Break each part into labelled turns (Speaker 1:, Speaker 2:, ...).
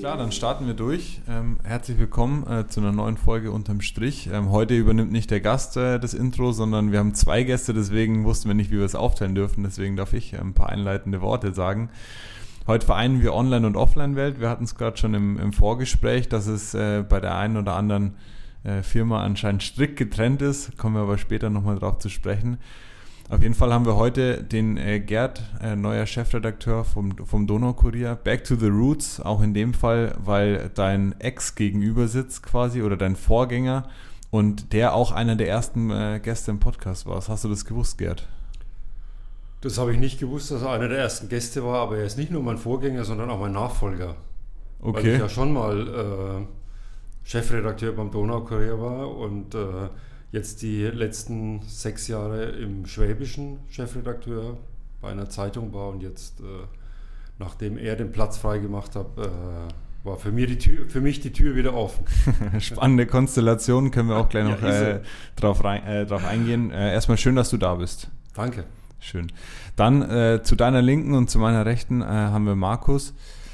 Speaker 1: klar, dann starten wir durch. Herzlich willkommen zu einer neuen Folge Unterm Strich. Heute übernimmt nicht der Gast das Intro, sondern wir haben zwei Gäste, deswegen wussten wir nicht, wie wir es aufteilen dürfen. Deswegen darf ich ein paar einleitende Worte sagen. Heute vereinen wir Online- und Offline-Welt. Wir hatten es gerade schon im Vorgespräch, dass es bei der einen oder anderen Firma anscheinend strikt getrennt ist. Kommen wir aber später nochmal drauf zu sprechen. Auf jeden Fall haben wir heute den Gerd, neuer Chefredakteur vom Donaukurier. Back to the Roots, auch in dem Fall, weil dein Ex gegenüber sitzt quasi oder dein Vorgänger und der auch einer der ersten Gäste im Podcast war. Hast du das gewusst, Gerd?
Speaker 2: Das habe ich nicht gewusst, dass er einer der ersten Gäste war, aber er ist nicht nur mein Vorgänger, sondern auch mein Nachfolger. Okay. Weil ich ja schon mal Chefredakteur beim Donaukurier war und jetzt die letzten 6 Jahre im Schwäbischen Chefredakteur bei einer Zeitung war und jetzt, nachdem er den Platz frei gemacht hat, war für mich die Tür wieder offen.
Speaker 1: Spannende Konstellation, können wir auch gleich noch drauf eingehen. Erstmal schön, dass du da bist.
Speaker 2: Danke.
Speaker 1: Schön. Dann zu deiner Linken und zu meiner Rechten haben wir Markus.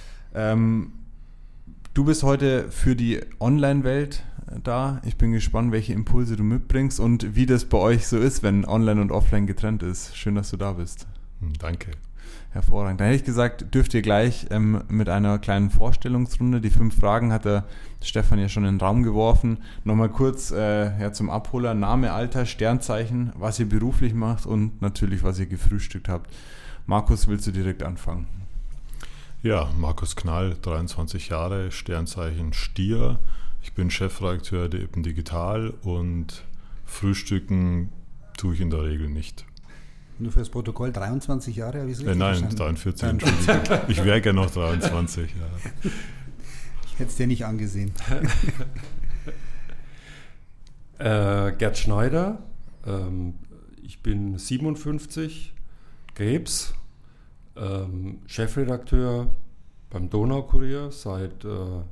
Speaker 1: Du bist heute für die Online-Welt da. Ich bin gespannt, welche Impulse du mitbringst und wie das bei euch so ist, wenn Online und Offline getrennt ist. Schön, dass du da bist.
Speaker 3: Danke.
Speaker 1: Hervorragend. Dann hätte ich gesagt, dürft ihr gleich mit einer kleinen Vorstellungsrunde, die 5 Fragen hat der Stefan ja schon in den Raum geworfen, nochmal kurz zum Abholer, Name, Alter, Sternzeichen, was ihr beruflich macht und natürlich, was ihr gefrühstückt habt. Markus, willst du direkt anfangen?
Speaker 3: Ja, Markus Knall, 23 Jahre, Sternzeichen Stier. Ich bin Chefredakteur der Ippen Digital und frühstücken tue ich in der Regel nicht.
Speaker 4: Nur fürs Protokoll 23 Jahre, habe ich es richtig
Speaker 3: verstanden? Nein, 43, Entschuldigung. Ich wäre gerne noch 23. Ja.
Speaker 4: Ich hätte es dir nicht angesehen.
Speaker 2: Gerd Schneider, ich bin 57, Krebs, Chefredakteur beim Donaukurier seit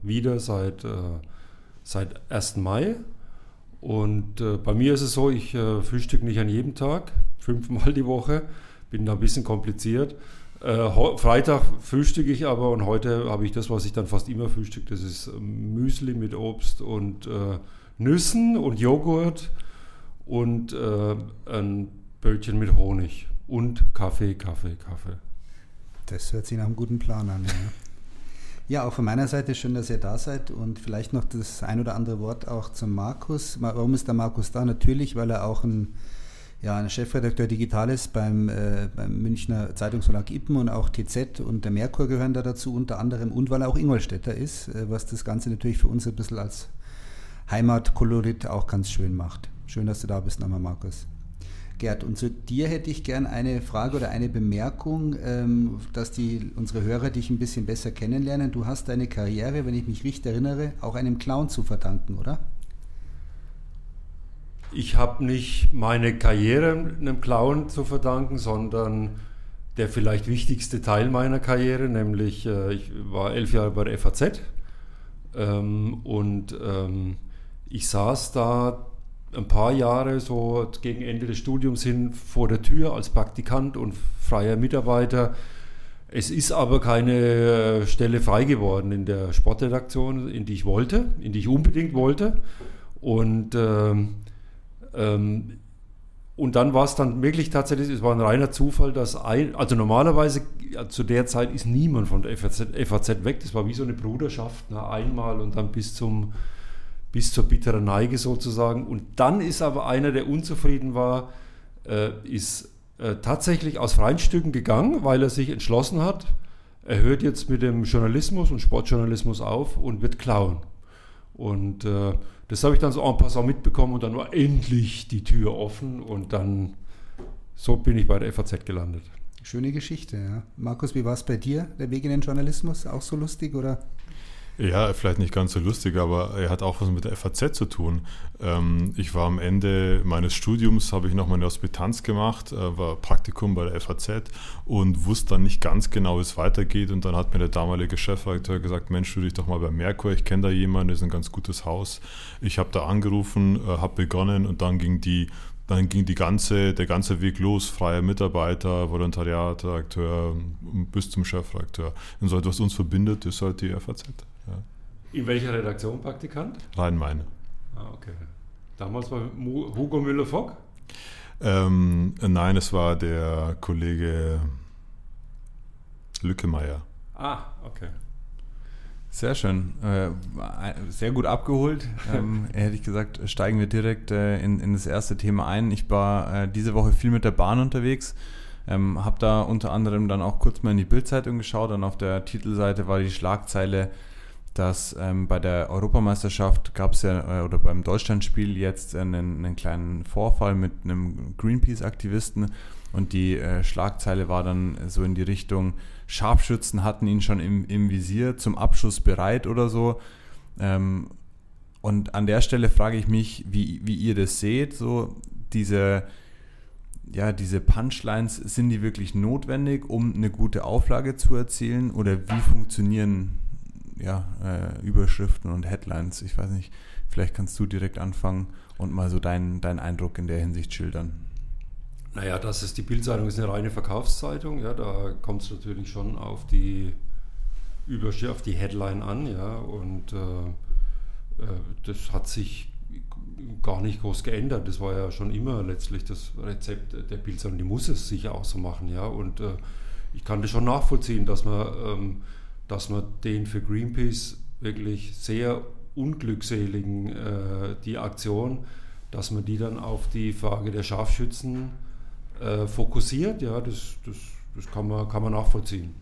Speaker 2: 1. Mai. Und bei mir ist es so, ich frühstücke nicht an jedem Tag, 5-mal die Woche, bin da ein bisschen kompliziert. Freitag frühstücke ich aber und heute habe ich das, was ich dann fast immer frühstücke, das ist Müsli mit Obst und Nüssen und Joghurt und ein Brötchen mit Honig und Kaffee.
Speaker 4: Das hört sich nach einem guten Plan an, ja. Ja, auch von meiner Seite schön, dass ihr da seid und vielleicht noch das ein oder andere Wort auch zum Markus. Warum ist der Markus da? Natürlich, weil er auch ein Chefredakteur Digital ist beim Münchner Zeitungsverlag Ippen und auch TZ und der Merkur gehören da dazu unter anderem und weil er auch Ingolstädter ist, was das Ganze natürlich für uns ein bisschen als Heimatkolorit auch ganz schön macht. Schön, dass du da bist nochmal, Markus. Gerd, und zu dir hätte ich gern eine Frage oder eine Bemerkung, dass unsere Hörer dich ein bisschen besser kennenlernen. Du hast deine Karriere, wenn ich mich richtig erinnere, auch einem Clown zu verdanken, oder?
Speaker 2: Ich habe nicht meine Karriere einem Clown zu verdanken, sondern der vielleicht wichtigste Teil meiner Karriere, nämlich ich war 11 Jahre bei der FAZ und ich saß da ein paar Jahre so gegen Ende des Studiums hin vor der Tür als Praktikant und freier Mitarbeiter. Es ist aber keine Stelle frei geworden in der Sportredaktion, in die ich unbedingt wollte. Und dann war es dann wirklich tatsächlich, es war ein reiner Zufall, dass also normalerweise zu der Zeit ist niemand von der FAZ weg. Das war wie so eine Bruderschaft, einmal und dann bis zur bitteren Neige sozusagen. Und dann ist aber einer, der unzufrieden war, ist tatsächlich aus freien Stücken gegangen, weil er sich entschlossen hat, er hört jetzt mit dem Journalismus und Sportjournalismus auf und wird Clown. Und das habe ich dann so en passant mitbekommen und dann war endlich die Tür offen und dann so bin ich bei der FAZ gelandet.
Speaker 4: Schöne Geschichte, ja. Markus, wie war es bei dir, der Weg in den Journalismus? Auch so lustig, oder?
Speaker 3: Ja, vielleicht nicht ganz so lustig, aber er hat auch was mit der FAZ zu tun. Ich war am Ende meines Studiums, habe ich noch meine Hospitanz gemacht, war Praktikum bei der FAZ und wusste dann nicht ganz genau, wie es weitergeht. Und dann hat mir der damalige Chefredakteur gesagt, Mensch, studiere dich doch mal bei Merkur, ich kenne da jemanden, das ist ein ganz gutes Haus. Ich habe da angerufen, habe begonnen und dann ging der ganze Weg los, freier Mitarbeiter, Volontariat, Redakteur bis zum Chefredakteur. Und so etwas uns verbindet, ist halt die FAZ. Ja.
Speaker 2: In welcher Redaktion Praktikant?
Speaker 3: Rhein-Main.
Speaker 2: Ah, okay. Damals war Hugo Müller-Fock?
Speaker 3: Nein, es war der Kollege Lückemeier.
Speaker 2: Ah, okay.
Speaker 1: Sehr schön. Sehr gut abgeholt. Hätte ich gesagt, steigen wir direkt in das erste Thema ein. Ich war diese Woche viel mit der Bahn unterwegs. Habe da unter anderem dann auch kurz mal in die Bild-Zeitung geschaut und auf der Titelseite war die Schlagzeile, dass bei der Europameisterschaft gab es ja, oder beim Deutschlandspiel jetzt einen kleinen Vorfall mit einem Greenpeace-Aktivisten und die Schlagzeile war dann so in die Richtung, Scharfschützen hatten ihn schon im Visier, zum Abschuss bereit oder so. Und an der Stelle frage ich mich, wie ihr das seht, so diese Punchlines, sind die wirklich notwendig, um eine gute Auflage zu erzielen oder wie funktionieren Überschriften und Headlines? Ich weiß nicht, vielleicht kannst du direkt anfangen und mal so deinen Eindruck in der Hinsicht schildern.
Speaker 2: Naja, die Bild-Zeitung ist eine reine Verkaufszeitung, ja, da kommt es natürlich schon auf die Überschrift, auf die Headline an, ja, und das hat sich gar nicht groß geändert. Das war ja schon immer letztlich das Rezept der Bild-Zeitung, die muss es sicher auch so machen, ja, und ich kann das schon nachvollziehen, dass man den für Greenpeace wirklich sehr unglückseligen, die Aktion, dass man die dann auf die Frage der Scharfschützen fokussiert, ja, das kann man nachvollziehen.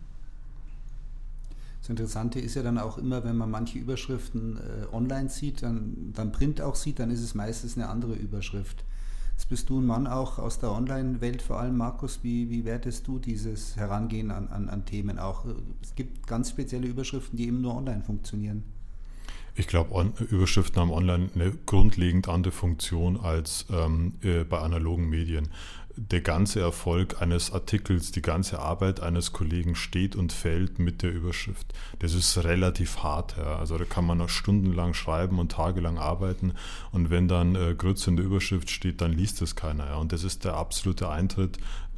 Speaker 4: Das Interessante ist ja dann auch immer, wenn man manche Überschriften online sieht, dann Print auch sieht, dann ist es meistens eine andere Überschrift. Jetzt bist du ein Mann auch aus der Online-Welt vor allem, Markus. Wie wertest du dieses Herangehen an Themen auch? Es gibt ganz spezielle Überschriften, die eben nur online funktionieren.
Speaker 3: Ich glaube, Überschriften haben online eine grundlegend andere Funktion als bei analogen Medien. Der ganze Erfolg eines Artikels, die ganze Arbeit eines Kollegen steht und fällt mit der Überschrift. Das ist relativ hart. Ja. Also da kann man noch stundenlang schreiben und tagelang arbeiten und wenn dann Grütze in der Überschrift steht, dann liest es keiner. Ja. Und das ist der absolute Eintritt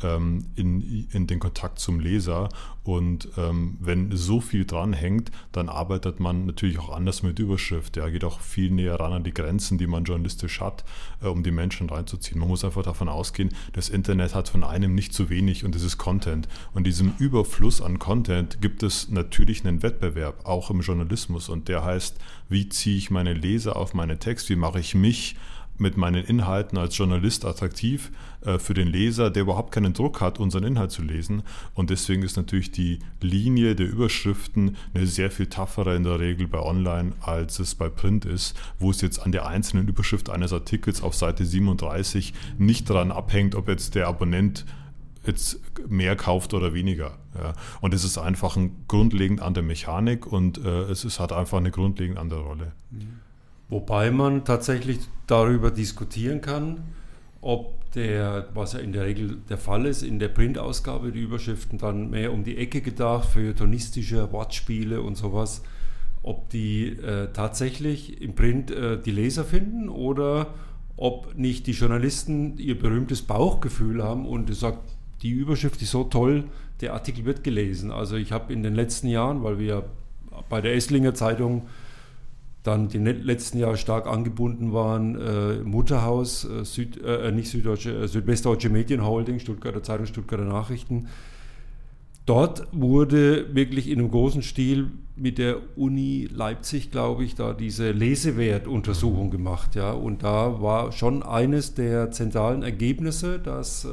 Speaker 3: in den Kontakt zum Leser und wenn so viel dran hängt, dann arbeitet man natürlich auch anders mit Überschrift. Ja, geht auch viel näher ran an die Grenzen, die man journalistisch hat, um die Menschen reinzuziehen. Man muss einfach davon ausgehen, das Internet hat von einem nicht zu wenig und das ist Content. Und diesem Überfluss an Content gibt es natürlich einen Wettbewerb, auch im Journalismus. Und der heißt, wie ziehe ich meine Leser auf meinen Text, wie mache ich mich mit meinen Inhalten als Journalist attraktiv für den Leser, der überhaupt keinen Druck hat, unseren Inhalt zu lesen. Und deswegen ist natürlich die Linie der Überschriften eine sehr viel toughere in der Regel bei Online, als es bei Print ist, wo es jetzt an der einzelnen Überschrift eines Artikels auf Seite 37 nicht daran abhängt, ob jetzt der Abonnent jetzt mehr kauft oder weniger. Ja. Und es ist einfach eine grundlegend andere Mechanik und es hat einfach eine grundlegend andere Rolle.
Speaker 2: Wobei man tatsächlich darüber diskutieren kann, ob was ja in der Regel der Fall ist, in der Printausgabe die Überschriften dann mehr um die Ecke gedacht, feuilletonistische Wortspiele und sowas, ob die tatsächlich im Print die Leser finden oder ob nicht die Journalisten ihr berühmtes Bauchgefühl haben und sagt, die Überschrift ist so toll, der Artikel wird gelesen. Also ich habe in den letzten Jahren, weil wir bei der Esslinger Zeitung dann die letzten Jahre stark angebunden waren, Mutterhaus, Südwestdeutsche Medienholding, Stuttgarter Zeitung, Stuttgarter Nachrichten. Dort wurde wirklich in einem großen Stil mit der Uni Leipzig, glaube ich, da diese Lesewertuntersuchung gemacht. Ja? Und da war schon eines der zentralen Ergebnisse, dass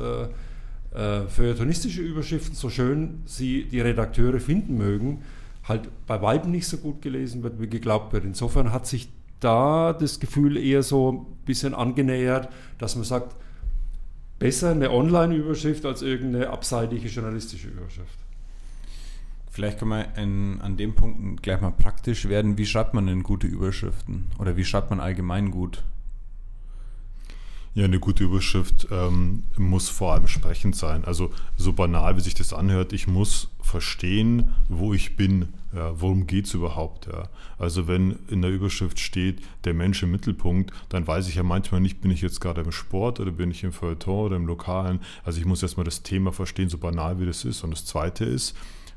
Speaker 2: feuilletonistische Überschriften, so schön sie die Redakteure finden mögen, halt bei weitem nicht so gut gelesen wird, wie geglaubt wird. Insofern hat sich da das Gefühl eher so ein bisschen angenähert, dass man sagt, besser eine Online-Überschrift als irgendeine abseitige journalistische Überschrift.
Speaker 1: Vielleicht kann man an dem Punkt gleich mal praktisch werden. Wie schreibt man denn gute Überschriften? Oder wie schreibt man allgemein gut?
Speaker 3: Ja, eine gute Überschrift muss vor allem sprechend sein. Also so banal, wie sich das anhört, ich muss verstehen, wo ich bin. Ja, worum geht es überhaupt? Ja. Also wenn in der Überschrift steht, der Mensch im Mittelpunkt, dann weiß ich ja manchmal nicht, bin ich jetzt gerade im Sport oder bin ich im Feuilleton oder im Lokalen. Also ich muss erstmal das Thema verstehen, so banal wie das ist. Und das Zweite ist,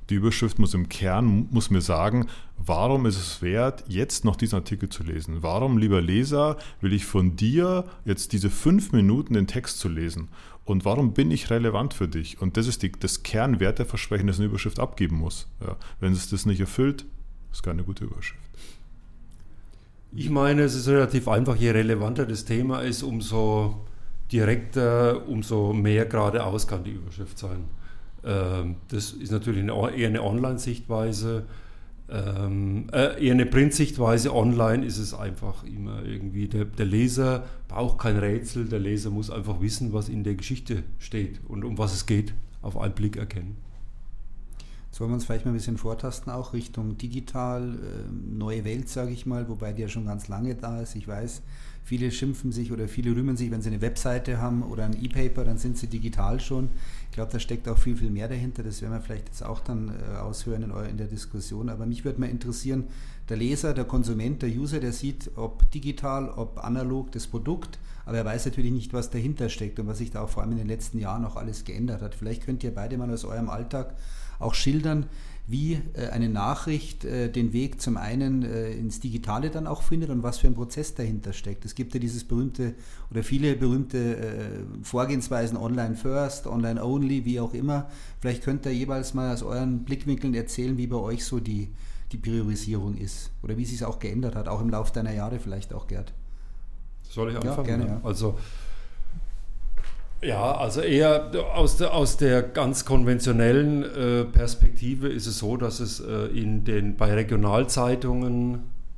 Speaker 3: Die Überschrift muss im Kern, muss mir sagen, warum ist es wert, jetzt noch diesen Artikel zu lesen? Warum, lieber Leser, will ich von dir jetzt diese 5 Minuten den Text zu lesen? Und warum bin ich relevant für dich? Und das ist das Kernwerteversprechen, das eine Überschrift abgeben muss. Ja, wenn es das nicht erfüllt, ist keine gute Überschrift.
Speaker 2: Ich meine, es ist relativ einfach, je relevanter das Thema ist, umso direkter, umso mehr geradeaus kann die Überschrift sein. Das ist natürlich eher eine Online-Sichtweise, eher eine Print-Sichtweise. Online ist es einfach immer irgendwie, der Leser braucht kein Rätsel, der Leser muss einfach wissen, was in der Geschichte steht und um was es geht, auf einen Blick erkennen.
Speaker 4: Jetzt wollen wir uns vielleicht mal ein bisschen vortasten, auch Richtung digital, neue Welt, sage ich mal, wobei die ja schon ganz lange da ist. Ich weiß, viele schimpfen sich oder viele rühmen sich, wenn sie eine Webseite haben oder ein E-Paper, dann sind sie digital schon. Ich glaube, da steckt auch viel, viel mehr dahinter. Das werden wir vielleicht jetzt auch dann aushören in der Diskussion. Aber mich würde mal interessieren, der Leser, der Konsument, der User, der sieht, ob digital, ob analog das Produkt, aber er weiß natürlich nicht, was dahinter steckt und was sich da auch vor allem in den letzten Jahren auch alles geändert hat. Vielleicht könnt ihr beide mal aus eurem Alltag auch schildern, wie eine Nachricht den Weg zum einen ins Digitale dann auch findet und was für ein Prozess dahinter steckt. Es gibt ja dieses berühmte oder viele berühmte Vorgehensweisen, Online First, Online Only, wie auch immer. Vielleicht könnt ihr jeweils mal aus euren Blickwinkeln erzählen, wie bei euch so die Priorisierung ist oder wie sich es auch geändert hat, auch im Laufe deiner Jahre vielleicht auch, Gerd.
Speaker 2: Soll ich anfangen?
Speaker 4: Ja, gerne, ja.
Speaker 2: Also eher aus der ganz konventionellen Perspektive ist es so, dass es bei Regionalzeitungen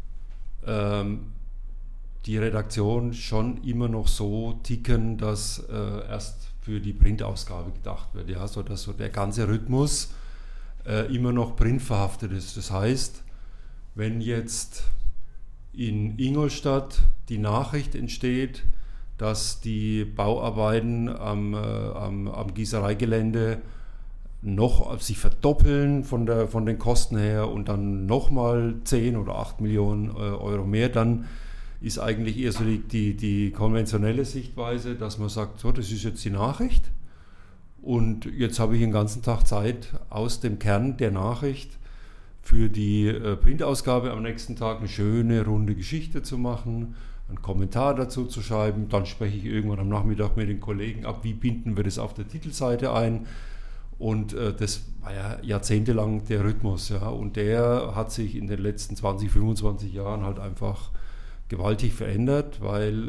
Speaker 2: die Redaktion schon immer noch so ticken, dass erst für die Printausgabe gedacht wird, ja, sodass so der ganze Rhythmus immer noch printverhaftet ist. Das heißt, wenn jetzt in Ingolstadt die Nachricht entsteht, dass die Bauarbeiten am Gießereigelände noch sich verdoppeln von den Kosten her und dann nochmal 10 oder 8 Millionen Euro mehr, dann ist eigentlich eher so die konventionelle Sichtweise, dass man sagt, so, das ist jetzt die Nachricht und jetzt habe ich den ganzen Tag Zeit, aus dem Kern der Nachricht für die Printausgabe am nächsten Tag eine schöne, runde Geschichte zu machen, einen Kommentar dazu zu schreiben, dann spreche ich irgendwann am Nachmittag mit den Kollegen ab, wie binden wir das auf der Titelseite ein und das war ja jahrzehntelang der Rhythmus, ja, und der hat sich in den letzten 20, 25 Jahren halt einfach gewaltig verändert, weil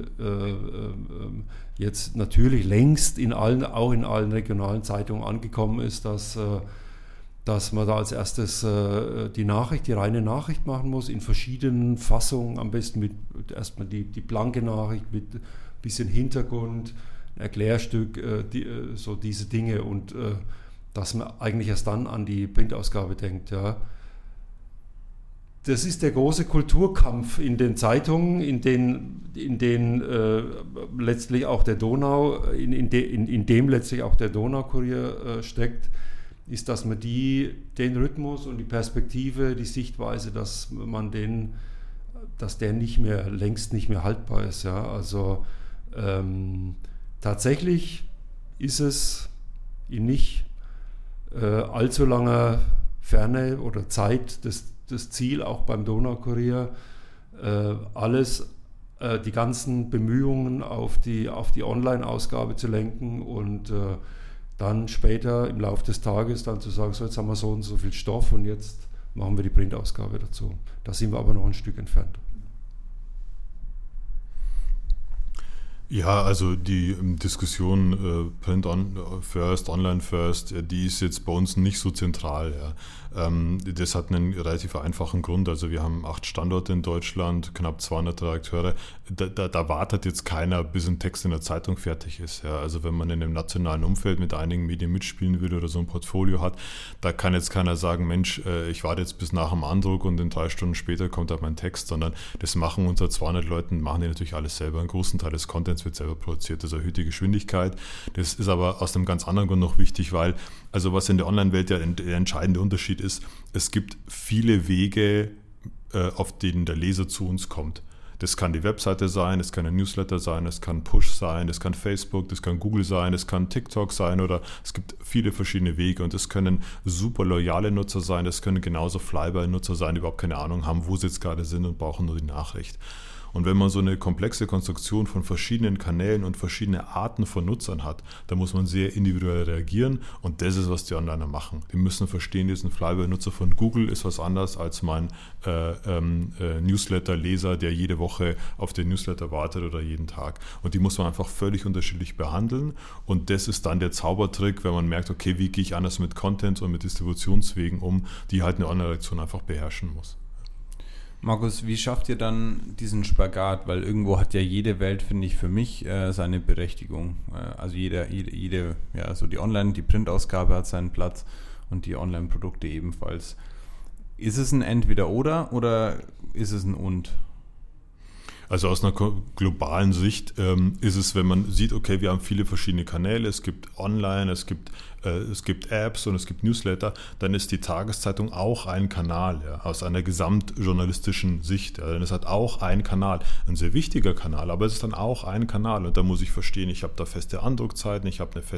Speaker 2: jetzt natürlich längst auch in allen regionalen Zeitungen angekommen ist, dass man da als erstes die reine Nachricht machen muss, in verschiedenen Fassungen, am besten mit erstmal die blanke Nachricht mit ein bisschen Hintergrund, ein Erklärstück, so diese Dinge und dass man eigentlich erst dann an die Printausgabe denkt. Ja. Das ist der große Kulturkampf in den Zeitungen, in den letztlich auch der in dem letztlich auch der Donaukurier steckt, ist, dass man den Rhythmus und die Perspektive, die Sichtweise, dass der längst nicht mehr haltbar ist. Ja. Also tatsächlich ist es in nicht allzu langer Ferne oder Zeit das Ziel, auch beim Donaukurier, die ganzen Bemühungen auf die Online-Ausgabe zu lenken und dann später im Laufe des Tages dann zu sagen, so jetzt haben wir so und so viel Stoff und jetzt machen wir die Printausgabe dazu. Da sind wir aber noch ein Stück entfernt.
Speaker 3: Ja, also die Diskussion Print First, Online First, die ist jetzt bei uns nicht so zentral. Ja. Das hat einen relativ einfachen Grund. Also wir haben 8 Standorte in Deutschland, knapp 200 Redakteure. Da wartet jetzt keiner, bis ein Text in der Zeitung fertig ist. Ja. Also wenn man in einem nationalen Umfeld mit einigen Medien mitspielen will oder so ein Portfolio hat, da kann jetzt keiner sagen, Mensch, ich warte jetzt bis nach dem Andruck und in 3 Stunden später kommt halt mein Text, sondern das machen unter 200 Leuten, machen die natürlich alles selber. Einen großen Teil des Contents wird selber produziert, das erhöht die Geschwindigkeit. Das ist aber aus einem ganz anderen Grund noch wichtig, weil, also was in der Online-Welt ja der entscheidende Unterschied ist, es gibt viele Wege, auf denen der Leser zu uns kommt. Das kann die Webseite sein, es kann ein Newsletter sein, es kann Push sein, es kann Facebook, das kann Google sein, es kann TikTok sein oder es gibt viele verschiedene Wege und es können super loyale Nutzer sein, es können genauso Flyby-Nutzer sein, die überhaupt keine Ahnung haben, wo sie jetzt gerade sind und brauchen nur die Nachricht. Und wenn man so eine komplexe Konstruktion von verschiedenen Kanälen und verschiedene Arten von Nutzern hat, dann muss man sehr individuell reagieren und das ist, was die Onliner machen. Die müssen verstehen, diesen Flyby-Nutzer von Google ist was anderes als mein Newsletter-Leser, der jede Woche auf den Newsletter wartet oder jeden Tag. Und die muss man einfach völlig unterschiedlich behandeln und das ist dann der Zaubertrick, wenn man merkt, okay, wie gehe ich anders mit Content und mit Distributionswegen um, die halt eine Online-Redaktion einfach beherrschen muss.
Speaker 1: Markus, wie schafft ihr dann diesen Spagat? Weil irgendwo hat ja jede Welt, finde ich, für mich seine Berechtigung. Also jede ja, so die die Printausgabe hat seinen Platz und die Online-Produkte ebenfalls. Ist es ein Entweder-Oder oder ist es ein Und?
Speaker 3: Also aus einer globalen Sicht ist es, wenn man sieht, okay, wir haben viele verschiedene Kanäle, es gibt Online, es gibt Apps und es gibt Newsletter, dann ist die Tageszeitung auch ein Kanal, ja, aus einer gesamtjournalistischen Sicht. Ja, denn es hat auch einen Kanal, ein sehr wichtiger Kanal, aber es ist dann auch ein Kanal und da muss ich verstehen, ich habe da feste Andruckzeiten, ich habe eine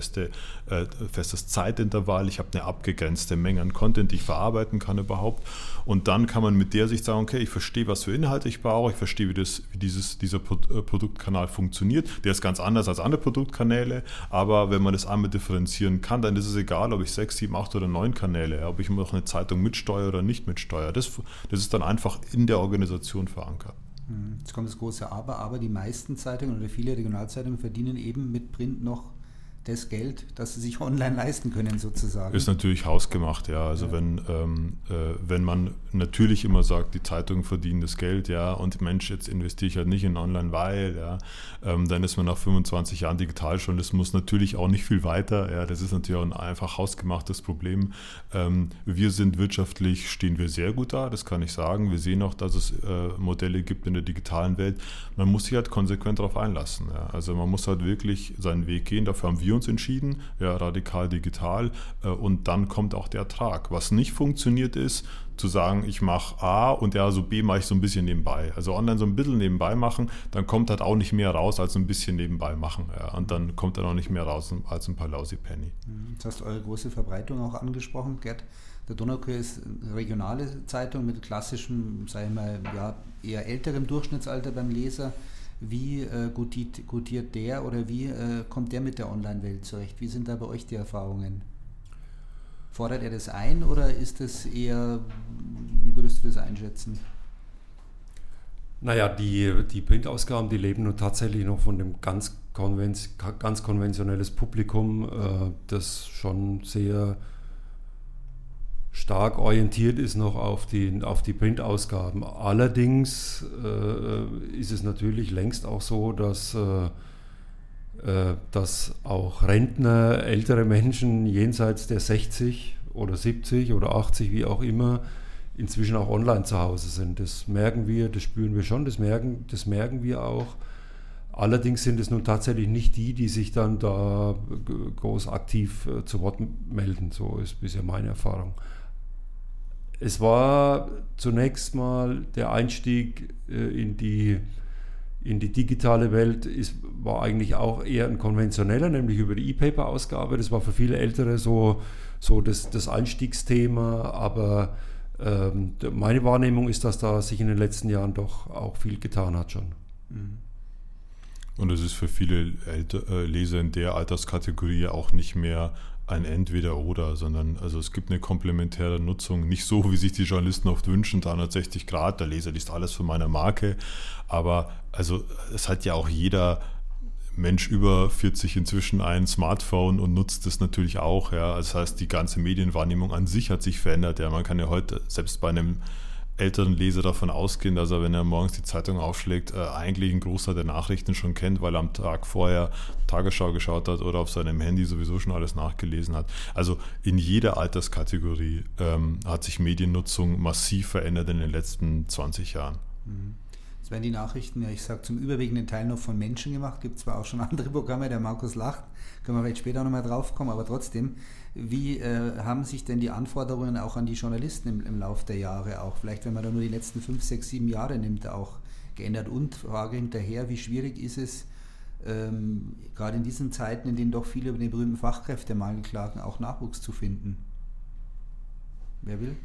Speaker 3: festes Zeitintervall, ich habe eine abgegrenzte Menge an Content, die ich verarbeiten kann überhaupt und dann kann man mit der Sicht sagen, okay, ich verstehe, was für Inhalte ich brauche, ich verstehe, wie dieser Produktkanal funktioniert, der ist ganz anders als andere Produktkanäle, aber wenn man das einmal differenzieren kann, dann ist es egal, ob ich 6, 7, 8 oder 9 Kanäle, ob ich noch eine Zeitung mitsteuere oder nicht mitsteuere. Das ist dann einfach in der Organisation verankert.
Speaker 4: Jetzt kommt das große Aber die meisten Zeitungen oder viele Regionalzeitungen verdienen eben mit Print noch das Geld, das sie sich online leisten können sozusagen.
Speaker 3: Ist natürlich hausgemacht, ja. Also ja. Wenn man natürlich immer sagt, die Zeitungen verdienen das Geld, ja, und Mensch, jetzt investiere ich halt nicht in online, weil, ja, dann ist man nach 25 Jahren Digitaljournalismus natürlich auch nicht viel weiter, ja, das ist natürlich auch ein einfach hausgemachtes Problem. Wir sind wirtschaftlich, stehen wir sehr gut da, das kann ich sagen. Wir sehen auch, dass es Modelle gibt in der digitalen Welt. Man muss sich halt konsequent darauf einlassen, ja. Also man muss halt wirklich seinen Weg gehen, dafür haben wir uns entschieden, ja, radikal digital und dann kommt auch der Ertrag. Was nicht funktioniert ist, zu sagen, ich mache A und ja, so B mache ich so ein bisschen nebenbei. Also online so ein bisschen nebenbei machen, dann kommt halt auch nicht mehr raus als ein bisschen nebenbei machen. Ja, und dann kommt dann auch nicht mehr raus als ein paar lousy Penny.
Speaker 4: Jetzt hast du eure große Verbreitung auch angesprochen, Gerd. Der Donaukurier ist eine regionale Zeitung mit klassischem, sagen wir mal, ja, eher älterem Durchschnittsalter beim Leser. Wie gutiert der oder wie kommt der mit der Online-Welt zurecht? Wie sind da bei euch die Erfahrungen? Fordert er das ein oder ist das eher, wie würdest du das einschätzen?
Speaker 2: Naja, die Printausgaben, die leben nun tatsächlich noch von dem ganz konventionelles Publikum, das schon sehr stark orientiert ist noch auf die Printausgaben. Allerdings ist es natürlich längst auch so, dass auch Rentner, ältere Menschen jenseits der 60 oder 70 oder 80, wie auch immer, inzwischen auch online zu Hause sind. Das merken wir, das spüren wir schon, das merken wir auch. Allerdings sind es nun tatsächlich nicht die sich dann da groß aktiv zu Wort melden. So ist bisher meine Erfahrung. Es war zunächst mal der Einstieg in die digitale Welt, war eigentlich auch eher ein konventioneller, nämlich über die E-Paper-Ausgabe. Das war für viele Ältere so das Einstiegsthema, aber meine Wahrnehmung ist, dass da sich in den letzten Jahren doch auch viel getan hat schon.
Speaker 3: Und es ist für viele Leser in der Alterskategorie auch nicht mehr ein Entweder-Oder, sondern also es gibt eine komplementäre Nutzung, nicht so, wie sich die Journalisten oft wünschen, 360 Grad, der Leser liest alles von meiner Marke, aber also es hat ja auch jeder Mensch über 40 inzwischen ein Smartphone und nutzt es natürlich auch, ja, das heißt, die ganze Medienwahrnehmung an sich hat sich verändert, ja, man kann ja heute selbst bei einem älteren Leser davon ausgehen, dass er, wenn er morgens die Zeitung aufschlägt, eigentlich einen Großteil der Nachrichten schon kennt, weil er am Tag vorher Tagesschau geschaut hat oder auf seinem Handy sowieso schon alles nachgelesen hat. Also in jeder Alterskategorie hat sich Mediennutzung massiv verändert in den letzten 20 Jahren.
Speaker 4: Jetzt werden die Nachrichten, ja, ich sage, zum überwiegenden Teil noch von Menschen gemacht. Gibt zwar auch schon andere Programme, der Markus lacht, können wir vielleicht später nochmal drauf kommen, aber trotzdem, wie haben sich denn die Anforderungen auch an die Journalisten im Laufe der Jahre auch, vielleicht wenn man da nur die letzten 5, 6, 7 Jahre nimmt, auch geändert. Und Frage hinterher, wie schwierig ist es, gerade in diesen Zeiten, in denen doch viele über den berühmten Fachkräftemangel klagen, auch Nachwuchs zu finden? Wer will?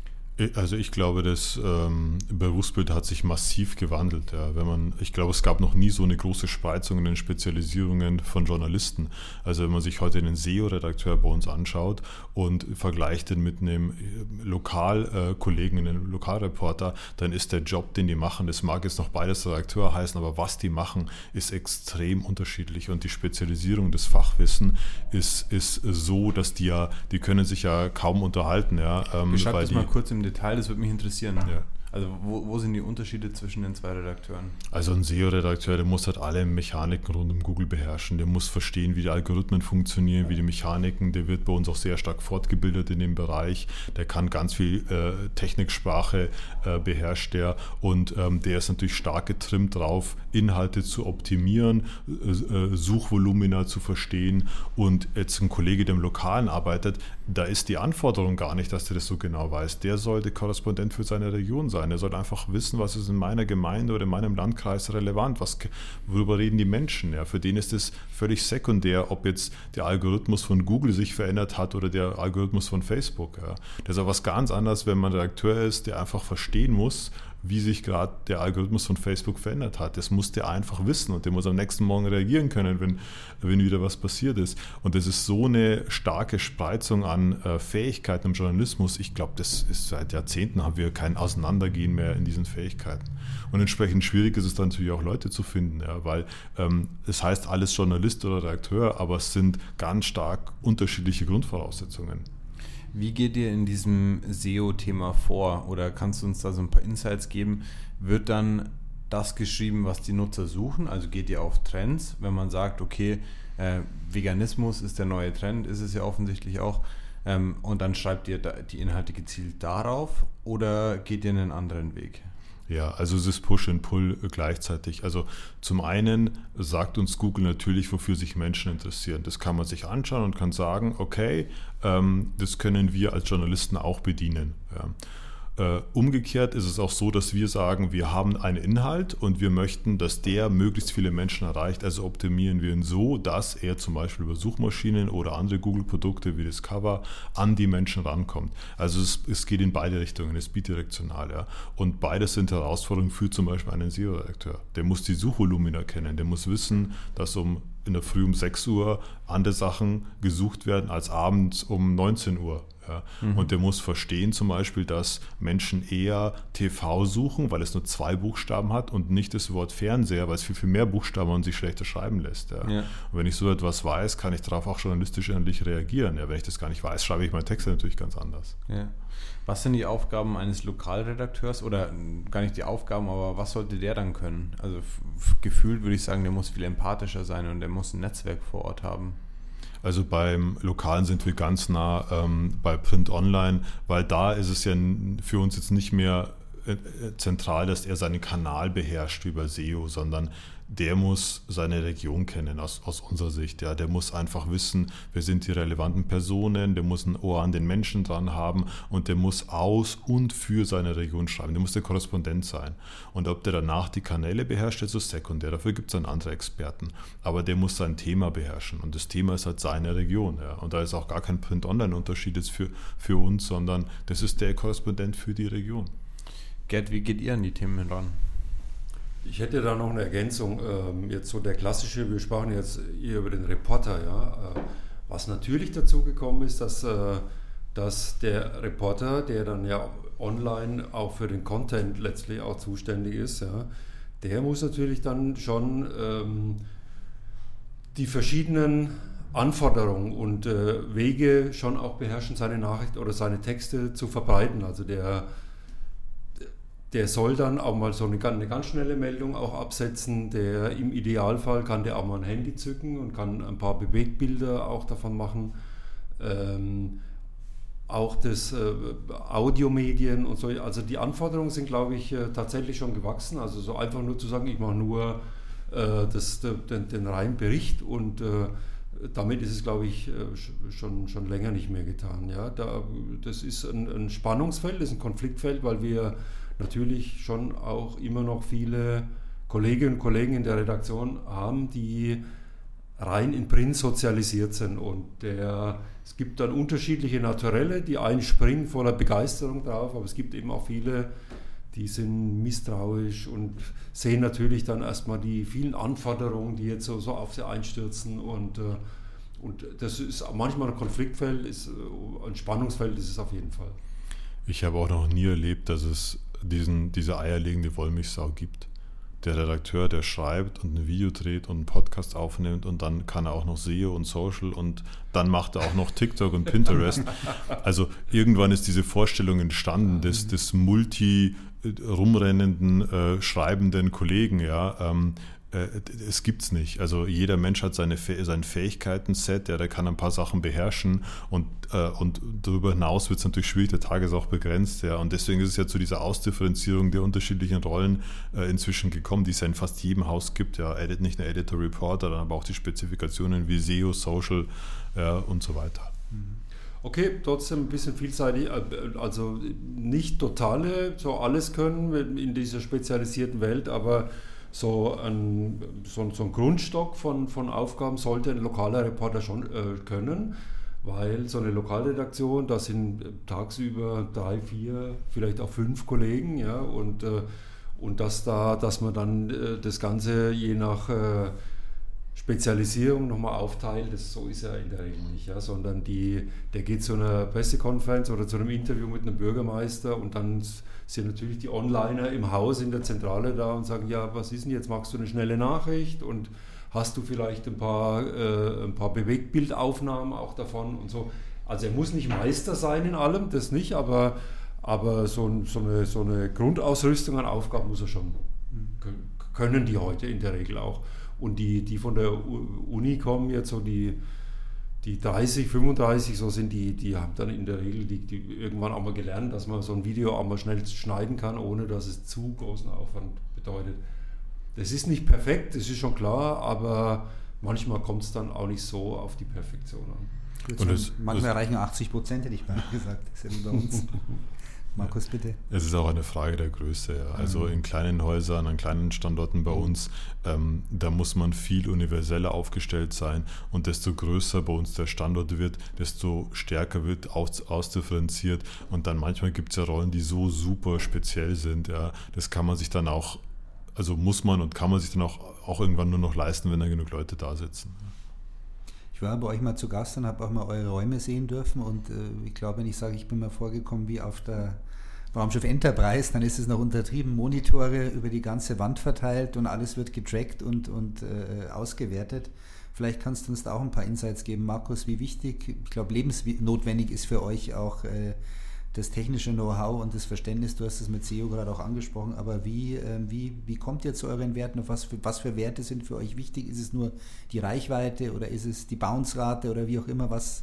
Speaker 3: Also ich glaube, das Berufsbild hat sich massiv gewandelt. Ja. Ich glaube, es gab noch nie so eine große Spreizung in den Spezialisierungen von Journalisten. Also wenn man sich heute einen SEO-Redakteur bei uns anschaut und vergleicht den mit einem Lokalkollegen, einem Lokalreporter, dann ist der Job, den die machen, das mag jetzt noch beides Redakteur heißen, aber was die machen, ist extrem unterschiedlich. Und die Spezialisierung des Fachwissen ist so, dass die können sich ja kaum unterhalten. Ja,
Speaker 1: beschreib das mal kurz im Detail, das würde mich interessieren.
Speaker 3: Ja.
Speaker 1: Also wo sind die Unterschiede zwischen den zwei Redakteuren?
Speaker 3: Also ein SEO-Redakteur, der muss halt alle Mechaniken rund um Google beherrschen. Der muss verstehen, wie die Algorithmen funktionieren, wie die Mechaniken. Der wird bei uns auch sehr stark fortgebildet in dem Bereich. Der kann ganz viel Techniksprache beherrscht der. Und der ist natürlich stark getrimmt drauf, Inhalte zu optimieren, Suchvolumina zu verstehen. Und jetzt ein Kollege, der im Lokalen arbeitet, da ist die Anforderung gar nicht, dass der das so genau weiß. Der sollte Korrespondent für seine Region sein. Er sollte einfach wissen, was ist in meiner Gemeinde oder in meinem Landkreis relevant, worüber reden die Menschen. Ja, für den ist es völlig sekundär, ob jetzt der Algorithmus von Google sich verändert hat oder der Algorithmus von Facebook. Ja. Das ist aber was ganz anderes, wenn man Redakteur ist, der einfach verstehen muss, wie sich gerade der Algorithmus von Facebook verändert hat. Das muss der einfach wissen und der muss am nächsten Morgen reagieren können, wenn wieder was passiert ist. Und das ist so eine starke Spreizung an Fähigkeiten im Journalismus. Ich glaube, das ist seit Jahrzehnten haben wir kein Auseinandergehen mehr in diesen Fähigkeiten. Und entsprechend schwierig ist es dann natürlich auch Leute zu finden, ja, weil es heißt alles Journalist oder Redakteur, aber es sind ganz stark unterschiedliche Grundvoraussetzungen.
Speaker 1: Wie geht ihr in diesem SEO-Thema vor? Oder kannst du uns da so ein paar Insights geben? Wird dann das geschrieben, was die Nutzer suchen? Also geht ihr auf Trends? Wenn man sagt, okay, Veganismus ist der neue Trend, ist es ja offensichtlich auch. Und dann schreibt ihr die Inhalte gezielt darauf? Oder geht ihr einen anderen Weg?
Speaker 3: Ja, also es ist Push und Pull gleichzeitig. Also zum einen sagt uns Google natürlich, wofür sich Menschen interessieren. Das kann man sich anschauen und kann sagen, okay, das können wir als Journalisten auch bedienen. Ja. Umgekehrt ist es auch so, dass wir sagen, wir haben einen Inhalt und wir möchten, dass der möglichst viele Menschen erreicht. Also optimieren wir ihn so, dass er zum Beispiel über Suchmaschinen oder andere Google-Produkte wie Discover an die Menschen rankommt. Also es geht in beide Richtungen, es ist bidirektional. Ja. Und beides sind Herausforderungen für zum Beispiel einen SEO-Redakteur. Der muss die Suchvolumina kennen, der muss wissen, dass in der Früh um 6 Uhr andere Sachen gesucht werden als abends um 19 Uhr. Ja. Und der muss verstehen zum Beispiel, dass Menschen eher TV suchen, weil es nur 2 Buchstaben hat und nicht das Wort Fernseher, weil es viel, viel mehr Buchstaben und sich schlechter schreiben lässt. Ja. Ja. Und wenn ich so etwas weiß, kann ich darauf auch journalistisch endlich reagieren. Ja. Wenn ich das gar nicht weiß, schreibe ich meinen Text natürlich ganz anders.
Speaker 1: Ja. Was sind die Aufgaben eines Lokalredakteurs oder gar nicht die Aufgaben, aber was sollte der dann können? Also gefühlt würde ich sagen, der muss viel empathischer sein und der muss ein Netzwerk vor Ort haben.
Speaker 3: Also beim Lokalen sind wir ganz nah bei Print Online, weil da ist es ja für uns jetzt nicht mehr zentral, dass er seinen Kanal beherrscht über SEO, sondern der muss seine Region kennen aus unserer Sicht. Ja. Der muss einfach wissen, wer sind die relevanten Personen, der muss ein Ohr an den Menschen dran haben und der muss aus und für seine Region schreiben. Der muss der Korrespondent sein. Und ob der danach die Kanäle beherrscht, ist so sekundär. Dafür gibt es dann andere Experten. Aber der muss sein Thema beherrschen und das Thema ist halt seine Region. Ja. Und da ist auch gar kein Print-Online-Unterschied jetzt für uns, sondern das ist der Korrespondent für die Region.
Speaker 1: Gerd, wie geht ihr an die Themen ran?
Speaker 2: Ich hätte da noch eine Ergänzung. Jetzt so der klassische, wir sprachen jetzt hier über den Reporter, ja. Was natürlich dazu gekommen ist, dass der Reporter, der dann ja online auch für den Content letztlich auch zuständig ist, ja, der muss natürlich dann schon die verschiedenen Anforderungen und Wege schon auch beherrschen, seine Nachricht oder seine Texte zu verbreiten. Also der soll dann auch mal so eine ganz schnelle Meldung auch absetzen. Im Idealfall kann der auch mal ein Handy zücken und kann ein paar Bewegtbilder auch davon machen. Auch das Audiomedien und so. Also die Anforderungen sind, glaube ich, tatsächlich schon gewachsen. Also so einfach nur zu sagen, ich mache nur den reinen Bericht und damit ist es, glaube ich, schon länger nicht mehr getan. Ja? Das ist ein Spannungsfeld, das ist ein Konfliktfeld, weil wir natürlich schon auch immer noch viele Kolleginnen und Kollegen in der Redaktion haben, die rein in Print sozialisiert sind. Und es gibt dann unterschiedliche Naturelle, die einen springen voller Begeisterung drauf, aber es gibt eben auch viele, die sind misstrauisch und sehen natürlich dann erstmal die vielen Anforderungen, die jetzt so auf sie einstürzen. Und das ist manchmal ein Konfliktfeld, ein Spannungsfeld ist es auf jeden Fall.
Speaker 3: Ich habe auch noch nie erlebt, dass es diese eierlegende Wollmilchsau gibt. Der Redakteur, der schreibt und ein Video dreht und einen Podcast aufnimmt und dann kann er auch noch SEO und Social und dann macht er auch noch TikTok und Pinterest. Also irgendwann ist diese Vorstellung entstanden des rumrennenden, schreibenden Kollegen, ja. Es gibt's nicht. Also jeder Mensch hat sein Fähigkeiten-Set, der kann ein paar Sachen beherrschen und darüber hinaus wird es natürlich schwierig, der Tag ist auch begrenzt, ja. Und deswegen ist es ja zu dieser Ausdifferenzierung der unterschiedlichen Rollen inzwischen gekommen, die es ja in fast jedem Haus gibt, ja. Nicht nur Editor, Reporter, dann aber auch die Spezifikationen wie SEO, Social und so weiter.
Speaker 2: Okay, trotzdem ein bisschen vielseitig, also nicht totale, so alles können in dieser spezialisierten Welt, aber so ein Grundstock von Aufgaben sollte ein lokaler Reporter schon können, weil so eine Lokalredaktion, da sind tagsüber 3, 4, vielleicht auch 5 Kollegen, ja, und dass man dann das Ganze je nach Spezialisierung nochmal aufteilt, so ist ja in der Regel nicht, ja, sondern der geht zu einer Pressekonferenz oder zu einem Interview mit einem Bürgermeister und dann sind natürlich die Onliner im Haus in der Zentrale da und sagen, ja, was ist denn jetzt, magst du eine schnelle Nachricht und hast du vielleicht ein paar Bewegtbildaufnahmen auch davon und so. Also er muss nicht Meister sein in allem, das nicht, aber so eine Grundausrüstung an Aufgaben muss er schon können die heute in der Regel auch. Und die von der Uni kommen jetzt so die 30, 35, so sind die haben dann in der Regel die irgendwann auch mal gelernt, dass man so ein Video auch mal schnell schneiden kann, ohne dass es zu großen Aufwand bedeutet. Das ist nicht perfekt, das ist schon klar, aber manchmal kommt es dann auch nicht so auf die Perfektion an.
Speaker 4: Manchmal erreichen 80%, hätte ich beinahe gesagt. Das ist ja wie bei uns. Markus, bitte.
Speaker 3: Es ist auch eine Frage der Größe. Ja. Also in kleinen Häusern, an kleinen Standorten bei uns, da muss man viel universeller aufgestellt sein und desto größer bei uns der Standort wird, desto stärker wird ausdifferenziert und dann manchmal gibt es ja Rollen, die so super speziell sind. Ja. Das kann man sich dann auch, also muss man und kann man sich dann auch irgendwann nur noch leisten, wenn da genug Leute da sitzen.
Speaker 4: Ich war bei euch mal zu Gast und habe auch mal eure Räume sehen dürfen und ich glaube, wenn ich sage, ich bin mal vorgekommen wie auf der Raumschiff Enterprise, dann ist es noch untertrieben, Monitore über die ganze Wand verteilt und alles wird getrackt und ausgewertet. Vielleicht kannst du uns da auch ein paar Insights geben, Markus, wie wichtig, ich glaube, lebensnotwendig ist für euch auch das technische Know-how und das Verständnis, du hast es mit SEO gerade auch angesprochen, aber wie kommt ihr zu euren Werten? Was für Werte sind für euch wichtig? Ist es nur die Reichweite oder ist es die Bounce-Rate oder wie auch immer, was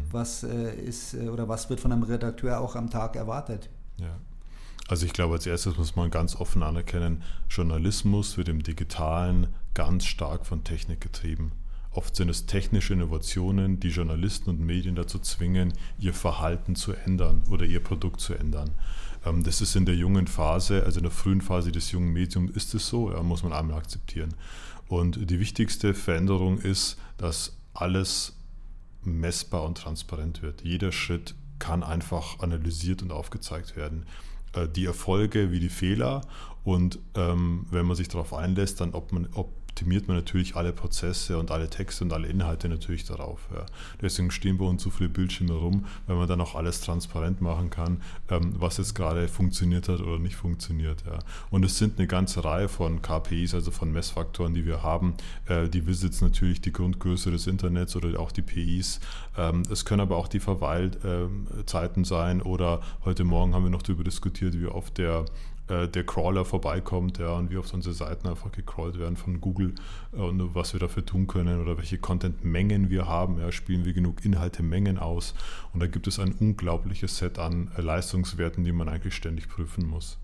Speaker 4: ist oder was wird von einem Redakteur auch am Tag erwartet?
Speaker 3: Ja. Also ich glaube, als erstes muss man ganz offen anerkennen, Journalismus wird im Digitalen ganz stark von Technik getrieben. Oft sind es technische Innovationen, die Journalisten und Medien dazu zwingen, ihr Verhalten zu ändern oder ihr Produkt zu ändern. Das ist in der jungen Phase, also in der frühen Phase des jungen Mediums ist es so, muss man einmal akzeptieren. Und die wichtigste Veränderung ist, dass alles messbar und transparent wird. Jeder Schritt kann einfach analysiert und aufgezeigt werden. Die Erfolge wie die Fehler und wenn man sich darauf einlässt, dann optimiert man natürlich alle Prozesse und alle Texte und alle Inhalte natürlich darauf. Ja. Deswegen stehen bei uns so viele Bildschirme rum, weil man dann auch alles transparent machen kann, was jetzt gerade funktioniert hat oder nicht funktioniert. Ja. Und es sind eine ganze Reihe von KPIs, also von Messfaktoren, die wir haben. Die Visits natürlich, die Grundgröße des Internets oder auch die PIs. Es können aber auch die Verweilzeiten sein oder heute Morgen haben wir noch darüber diskutiert, wie oft der Crawler vorbeikommt, ja, und wie oft unsere Seiten einfach gecrawlt werden von Google und was wir dafür tun können oder welche Content-Mengen wir haben, ja, spielen wir genug Inhalte-Mengen aus und da gibt es ein unglaubliches Set an Leistungswerten, die man eigentlich ständig prüfen muss.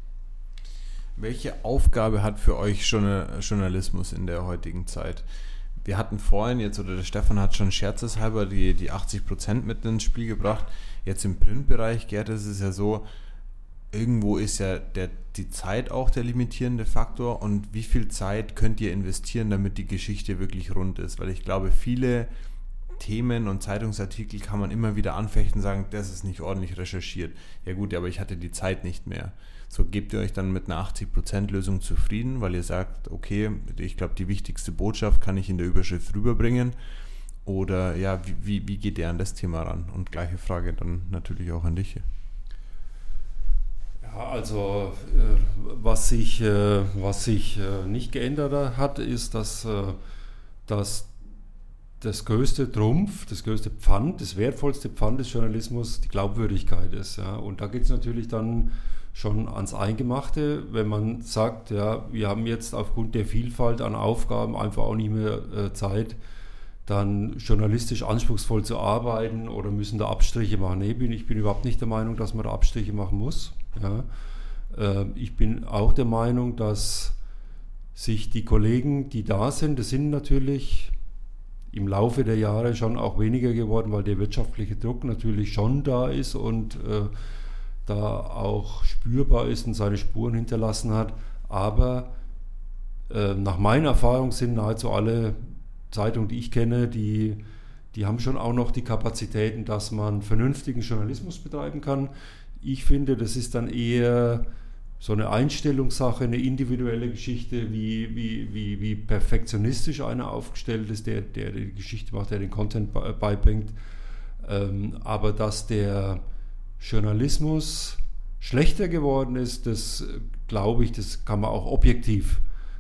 Speaker 1: Welche Aufgabe hat für euch Journalismus in der heutigen Zeit? Wir hatten vorhin jetzt, oder der Stefan hat schon scherzeshalber die 80% mit ins Spiel gebracht. Jetzt im Printbereich, Gerd, ist es ja so, irgendwo ist ja die Zeit auch der limitierende Faktor, und wie viel Zeit könnt ihr investieren, damit die Geschichte wirklich rund ist? Weil ich glaube, viele Themen und Zeitungsartikel kann man immer wieder anfechten und sagen, das ist nicht ordentlich recherchiert. Ja gut, aber ich hatte die Zeit nicht mehr. So, gebt ihr euch dann mit einer 80% Lösung zufrieden, weil ihr sagt, okay, ich glaube, die wichtigste Botschaft kann ich in der Überschrift rüberbringen? Oder ja, wie geht ihr an das Thema ran? Und gleiche Frage dann natürlich auch an dich.
Speaker 2: Ja, also was sich nicht geändert hat, ist, dass das größte Trumpf, das größte Pfand, das wertvollste Pfand des Journalismus die Glaubwürdigkeit ist. Ja. Und da geht es natürlich dann schon ans Eingemachte, wenn man sagt, ja, wir haben jetzt aufgrund der Vielfalt an Aufgaben einfach auch nicht mehr Zeit, dann journalistisch anspruchsvoll zu arbeiten oder müssen da Abstriche machen. Nee, ich bin überhaupt nicht der Meinung, dass man da Abstriche machen muss. Ja. Ich bin auch der Meinung, dass sich die Kollegen, die da sind, das sind natürlich im Laufe der Jahre schon auch weniger geworden, weil der wirtschaftliche Druck natürlich schon da ist und da auch spürbar ist und seine Spuren hinterlassen hat. Aber nach meiner Erfahrung sind nahezu alle Zeitungen, die ich kenne, die haben schon auch noch die Kapazitäten, dass man vernünftigen Journalismus betreiben kann. Ich finde, das ist dann eher so eine Einstellungssache, eine individuelle Geschichte, wie perfektionistisch einer aufgestellt ist, der die Geschichte macht, der den Content beibringt. Aber dass der Journalismus schlechter geworden ist, das glaube ich, das kann man auch objektiv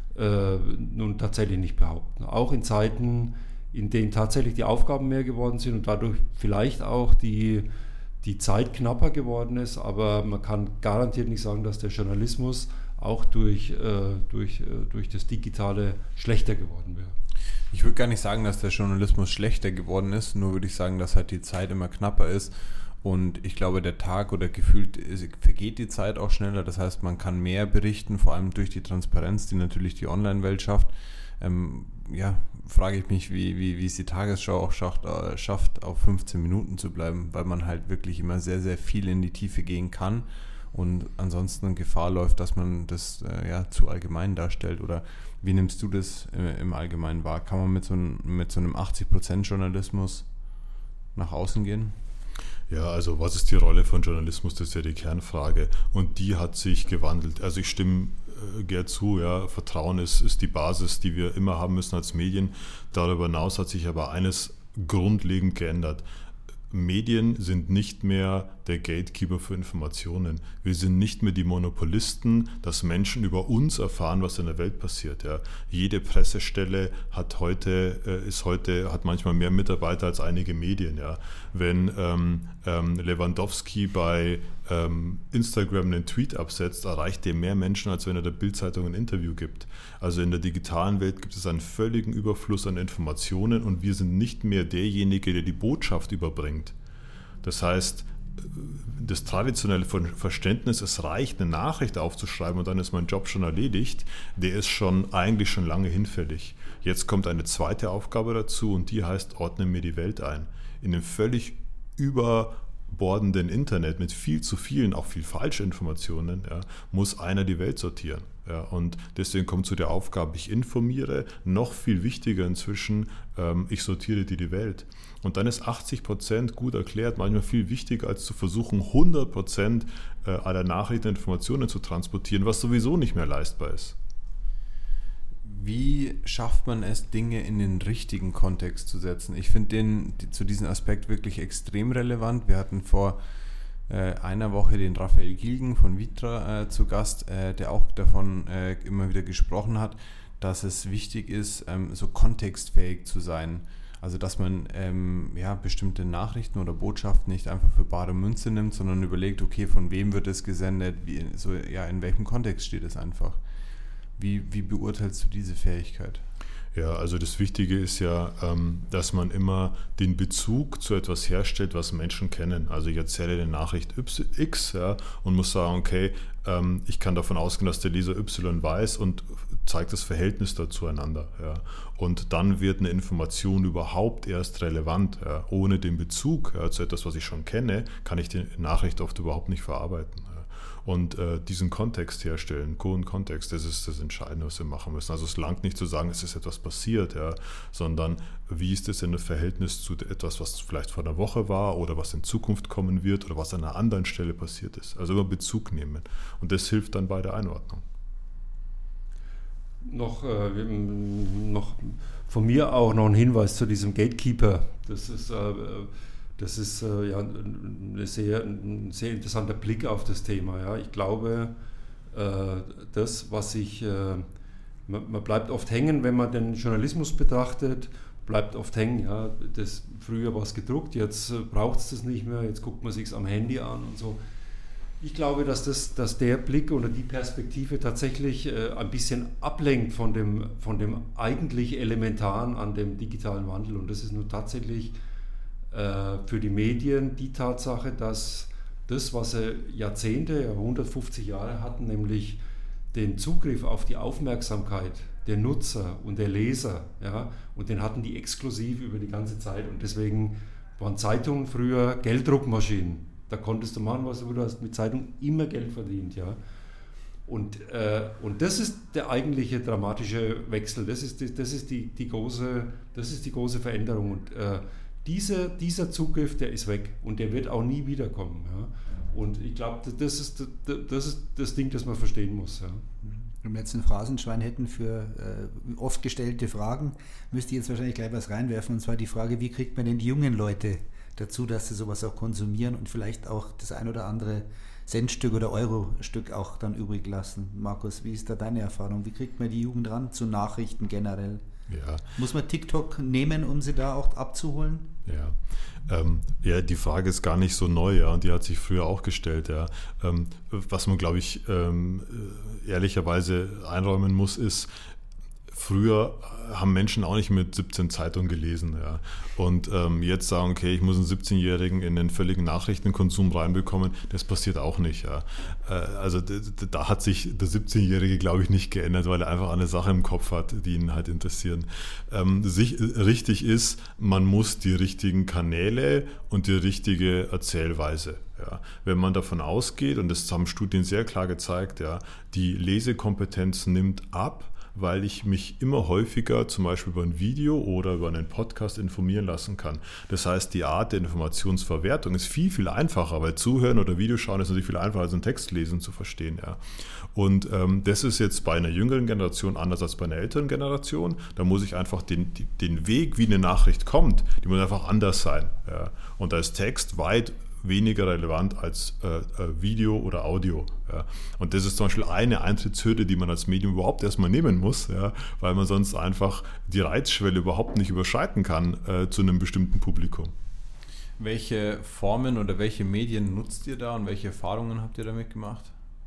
Speaker 2: nun tatsächlich nicht behaupten. Auch in Zeiten, in denen tatsächlich die Aufgaben mehr geworden sind und dadurch vielleicht auch die Zeit knapper geworden ist, aber man kann garantiert nicht sagen, dass der Journalismus auch durch das Digitale schlechter geworden wäre.
Speaker 1: Ich würde gar nicht sagen, dass der Journalismus schlechter geworden ist, nur würde ich sagen, dass halt die Zeit immer knapper ist, und ich glaube, der Tag oder gefühlt vergeht die Zeit auch schneller, das heißt, man kann mehr berichten, vor allem durch die Transparenz, die natürlich die Online-Welt schafft. Frage ich mich, wie es die Tagesschau auch schafft, auf 15 Minuten zu bleiben, weil man halt wirklich immer sehr, sehr viel in die Tiefe gehen kann und ansonsten Gefahr läuft, dass man das zu allgemein darstellt. Oder wie nimmst du das im Allgemeinen wahr? Kann man mit so einem 80% Journalismus nach außen gehen?
Speaker 3: Ja, also was ist die Rolle von Journalismus? Das ist ja die Kernfrage, und die hat sich gewandelt. Also ich stimme Gerd zu, ja, Vertrauen ist die Basis, die wir immer haben müssen als Medien. Darüber hinaus hat sich aber eines grundlegend geändert. Medien sind nicht mehr der Gatekeeper für Informationen. Wir sind nicht mehr die Monopolisten, dass Menschen über uns erfahren, was in der Welt passiert. Ja. Jede Pressestelle hat manchmal mehr Mitarbeiter als einige Medien. Ja. Wenn Lewandowski bei Instagram einen Tweet absetzt, erreicht er mehr Menschen, als wenn er der Bild-Zeitung ein Interview gibt. Also in der digitalen Welt gibt es einen völligen Überfluss an Informationen, und wir sind nicht mehr derjenige, der die Botschaft überbringt. Das heißt, das traditionelle Verständnis, es reicht, eine Nachricht aufzuschreiben und dann ist mein Job schon erledigt, der ist eigentlich schon lange hinfällig. Jetzt kommt eine zweite Aufgabe dazu, und die heißt, ordne mir die Welt ein. In einem völlig überbordenden Internet mit viel zu vielen, auch viel falschen Informationen, ja, muss einer die Welt sortieren. Ja, und deswegen kommt zu der Aufgabe, ich informiere, noch viel wichtiger inzwischen, ich sortiere die Welt. Und dann ist 80% gut erklärt, manchmal viel wichtiger, als zu versuchen, 100% aller Nachrichten und Informationen zu transportieren, was sowieso nicht mehr leistbar ist.
Speaker 1: Wie schafft man es, Dinge in den richtigen Kontext zu setzen? Ich finde zu diesem Aspekt wirklich extrem relevant. Wir hatten vor einer Woche den Raphael Gilgen von Vitra zu Gast, der auch davon immer wieder gesprochen hat, dass es wichtig ist, so kontextfähig zu sein. Also dass man bestimmte Nachrichten oder Botschaften nicht einfach für bare Münze nimmt, sondern überlegt, okay, von wem wird es gesendet, in welchem Kontext steht es einfach. Wie beurteilst du diese Fähigkeit?
Speaker 3: Ja, also das Wichtige ist ja, dass man immer den Bezug zu etwas herstellt, was Menschen kennen. Also ich erzähle eine Nachricht X, ja, und muss sagen, okay, ich kann davon ausgehen, dass der Leser Y weiß, und zeigt das Verhältnis da zueinander. Ja. Und dann wird eine Information überhaupt erst relevant. Ja. Ohne den Bezug zu etwas, was ich schon kenne, kann ich die Nachricht oft überhaupt nicht verarbeiten. Ja. Und diesen Kontext herstellen, hohen Kontext, das ist das Entscheidende, was wir machen müssen. Also es langt nicht zu sagen, es ist etwas passiert, ja, sondern wie ist es in dem Verhältnis zu etwas, was vielleicht vor einer Woche war oder was in Zukunft kommen wird oder was an einer anderen Stelle passiert ist. Also immer Bezug nehmen. Und das hilft dann bei der Einordnung.
Speaker 2: Noch von mir auch noch ein Hinweis zu diesem Gatekeeper. Das ist ja ein sehr interessanter Blick auf das Thema. Ja. Ich glaube, man bleibt oft hängen, wenn man den Journalismus betrachtet, bleibt oft hängen, ja, früher war es gedruckt, jetzt braucht es das nicht mehr, jetzt guckt man sich es am Handy an und so. Ich glaube, dass der Blick oder die Perspektive tatsächlich ein bisschen ablenkt von dem eigentlich Elementaren an dem digitalen Wandel. Und das ist nun tatsächlich für die Medien die Tatsache, dass das, was sie Jahrzehnte, 150 Jahre hatten, nämlich den Zugriff auf die Aufmerksamkeit der Nutzer und der Leser, ja, und den hatten die exklusiv über die ganze Zeit. Und deswegen waren Zeitungen früher Gelddruckmaschinen. Da konntest du machen, was du hast mit Zeitung immer Geld verdient, ja. Und das ist der eigentliche dramatische Wechsel. Das ist die große Veränderung. Und dieser Zugriff, der ist weg und der wird auch nie wiederkommen. Ja. Und ich glaube, das ist das Ding, das man verstehen muss. Ja.
Speaker 4: Wenn wir jetzt ein Phrasenschwein hätten für oft gestellte Fragen, müsste ich jetzt wahrscheinlich gleich was reinwerfen. Und zwar die Frage, wie kriegt man denn die jungen Leute dazu, dass sie sowas auch konsumieren und vielleicht auch das ein oder andere Centstück oder Eurostück auch dann übrig lassen. Markus, wie ist da deine Erfahrung? Wie kriegt man die Jugend ran zu Nachrichten generell?
Speaker 3: Ja.
Speaker 4: Muss man TikTok nehmen, um sie da auch abzuholen?
Speaker 3: Ja, die Frage ist gar nicht so neu, ja, und die hat sich früher auch gestellt. Ja. Was man, glaube ich, ehrlicherweise einräumen muss, ist, früher haben Menschen auch nicht mit 17 Zeitungen gelesen. Ja. Und jetzt sagen, okay, ich muss einen 17-Jährigen in den völligen Nachrichtenkonsum reinbekommen, das passiert auch nicht. Ja. Also da hat sich der 17-Jährige, glaube ich, nicht geändert, weil er einfach eine Sache im Kopf hat, die ihn halt interessieren. Richtig ist, man muss die richtigen Kanäle und die richtige Erzählweise. Ja. Wenn man davon ausgeht, und das haben Studien sehr klar gezeigt, ja, die Lesekompetenz nimmt ab, weil ich mich immer häufiger zum Beispiel über ein Video oder über einen Podcast informieren lassen kann. Das heißt, die Art der Informationsverwertung ist viel, viel einfacher, weil Zuhören oder Videoschauen ist natürlich viel einfacher als ein Text lesen zu verstehen. Ja. Und das ist jetzt bei einer jüngeren Generation anders als bei einer älteren Generation. Da muss ich einfach den Weg, wie eine Nachricht kommt, die muss einfach anders sein. Ja. Und da ist Text weit weniger relevant als Video oder Audio. Ja. Und das ist zum Beispiel eine Eintrittshürde, die man als Medium überhaupt erstmal nehmen muss, ja, weil man sonst einfach die Reizschwelle überhaupt nicht überschreiten kann zu einem bestimmten Publikum.
Speaker 1: Welche Formen oder welche Medien nutzt ihr da und welche Erfahrungen habt ihr damit gemacht?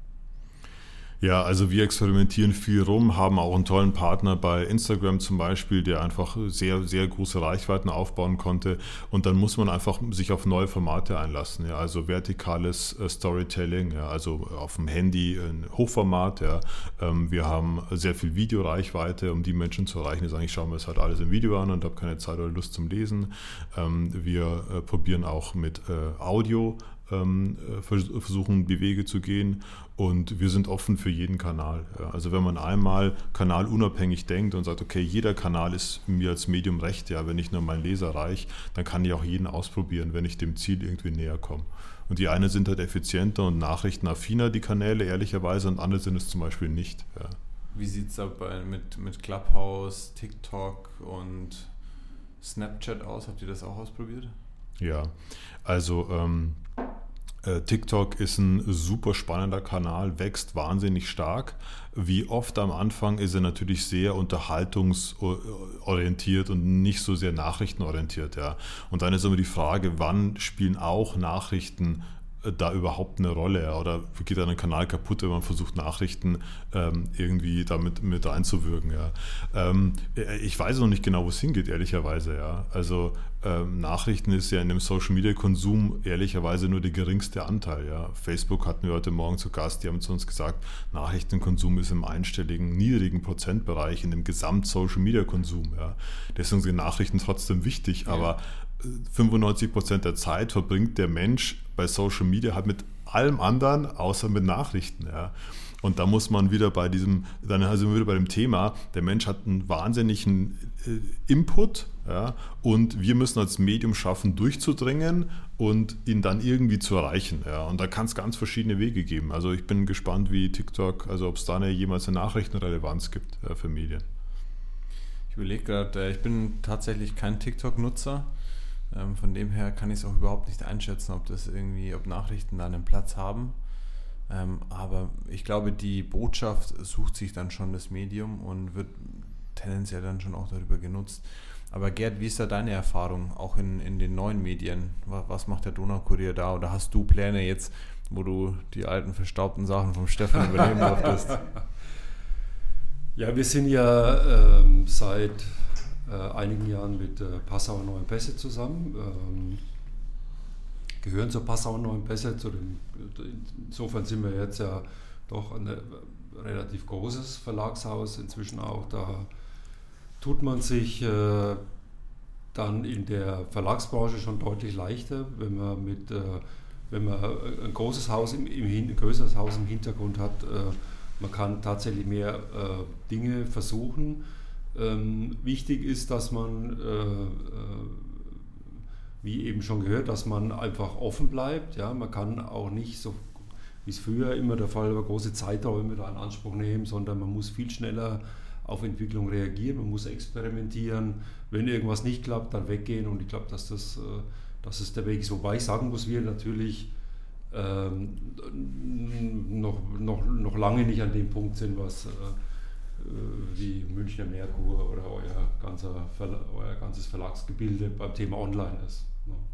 Speaker 3: Ja, also wir experimentieren viel rum, haben auch einen tollen Partner bei Instagram zum Beispiel, der einfach sehr, sehr große Reichweiten aufbauen konnte. Und dann muss man einfach sich auf neue Formate einlassen. Ja, also vertikales Storytelling, ja, also auf dem Handy ein Hochformat. Ja. Wir haben sehr viel Videoreichweite, um die Menschen zu erreichen, die sagen, ich schaue mir das halt alles im Video an und habe keine Zeit oder Lust zum Lesen. Wir probieren auch mit Audio, versuchen die Wege zu gehen, und wir sind offen für jeden Kanal. Also wenn man einmal kanalunabhängig denkt und sagt, okay, jeder Kanal ist mir als Medium recht, ja, wenn ich nur meinen Leser erreiche, dann kann ich auch jeden ausprobieren, wenn ich dem Ziel irgendwie näher komme. Und die einen sind halt effizienter und nachrichtenaffiner, die Kanäle, ehrlicherweise, und andere sind es zum Beispiel nicht. Ja.
Speaker 1: Wie sieht es da mit Clubhouse, TikTok und Snapchat aus? Habt ihr das auch ausprobiert?
Speaker 3: Ja, also TikTok ist ein super spannender Kanal, wächst wahnsinnig stark. Wie oft am Anfang ist er natürlich sehr unterhaltungsorientiert und nicht so sehr nachrichtenorientiert. Ja. Und dann ist immer die Frage, wann spielen auch Nachrichten da überhaupt eine Rolle, oder geht dann ein Kanal kaputt, wenn man versucht, Nachrichten irgendwie damit mit einzuwirken. Ja. Ich weiß noch nicht genau, wo es hingeht, ehrlicherweise. Ja. Also Nachrichten ist ja in dem Social-Media-Konsum ehrlicherweise nur der geringste Anteil. Ja. Facebook hatten wir heute Morgen zu Gast, die haben zu uns gesagt, Nachrichtenkonsum ist im einstelligen, niedrigen Prozentbereich in dem Gesamt-Social-Media-Konsum. Ja. Deswegen sind Nachrichten trotzdem wichtig, aber 95% der Zeit verbringt der Mensch bei Social Media halt mit allem anderen, außer mit Nachrichten. Ja. Und da muss man wieder bei dem Thema, der Mensch hat einen wahnsinnigen Input, ja, und wir müssen als Medium schaffen, durchzudringen und ihn dann irgendwie zu erreichen. Ja. Und da kann es ganz verschiedene Wege geben. Also ich bin gespannt, wie TikTok, also ob es da jemals eine Nachrichtenrelevanz gibt für Medien.
Speaker 1: Ich überlege gerade, ich bin tatsächlich kein TikTok-Nutzer. Von dem her kann ich es auch überhaupt nicht einschätzen, ob Nachrichten da einen Platz haben. Aber ich glaube, die Botschaft sucht sich dann schon das Medium und wird tendenziell dann schon auch darüber genutzt. Aber Gerd, wie ist da deine Erfahrung, auch in den neuen Medien? Was macht der Donaukurier da? Oder hast du Pläne jetzt, wo du die alten verstaubten Sachen vom Stefan übernehmen durftest?
Speaker 2: Ja, wir sind ja seit einigen Jahren mit Passauer Neuen Pässe zusammen. Gehören zur Passauer Neuen Pässe. Insofern sind wir jetzt ja doch ein relativ großes Verlagshaus inzwischen auch. Da tut man sich dann in der Verlagsbranche schon deutlich leichter, wenn man ein größeres Haus im Hintergrund hat. Man kann tatsächlich mehr Dinge versuchen. Wichtig ist, dass man wie eben schon gehört, dass man einfach offen bleibt. Ja? Man kann auch nicht, so wie es früher immer der Fall war, große Zeiträume da in Anspruch nehmen, sondern man muss viel schneller auf Entwicklung reagieren, man muss experimentieren. Wenn irgendwas nicht klappt, dann weggehen, und ich glaube, dass das der Weg ist. Wobei ich sagen muss, wir natürlich noch lange nicht an dem Punkt sind, was wie Münchner Merkur oder euer ganzes Verlagsgebilde beim Thema Online ist.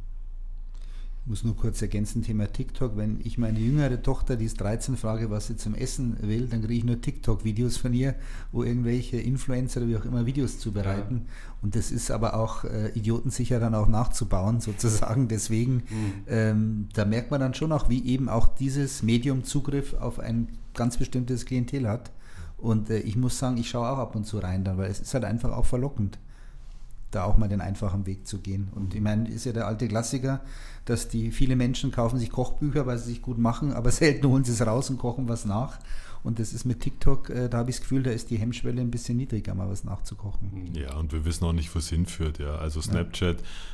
Speaker 4: Ich muss nur kurz ergänzen, Thema TikTok. Wenn ich meine jüngere Tochter, die ist 13, frage, was sie zum Essen will, dann kriege ich nur TikTok-Videos von ihr, wo irgendwelche Influencer oder wie auch immer Videos zubereiten. Ja. Und das ist aber auch idiotensicher dann auch nachzubauen sozusagen. Deswegen, da merkt man dann schon auch, wie eben auch dieses Medium Zugriff auf ein ganz bestimmtes Klientel hat. Und ich muss sagen, ich schaue auch ab und zu rein dann, weil es ist halt einfach auch verlockend, da auch mal den einfachen Weg zu gehen. Und ich meine, ist ja der alte Klassiker, dass viele Menschen kaufen sich Kochbücher, weil sie sich gut machen, aber selten holen sie es raus und kochen was nach. Und das ist mit TikTok, da habe ich das Gefühl, da ist die Hemmschwelle ein bisschen niedriger, mal was nachzukochen.
Speaker 3: Ja, und wir wissen auch nicht, wo es hinführt. Ja. Also Snapchat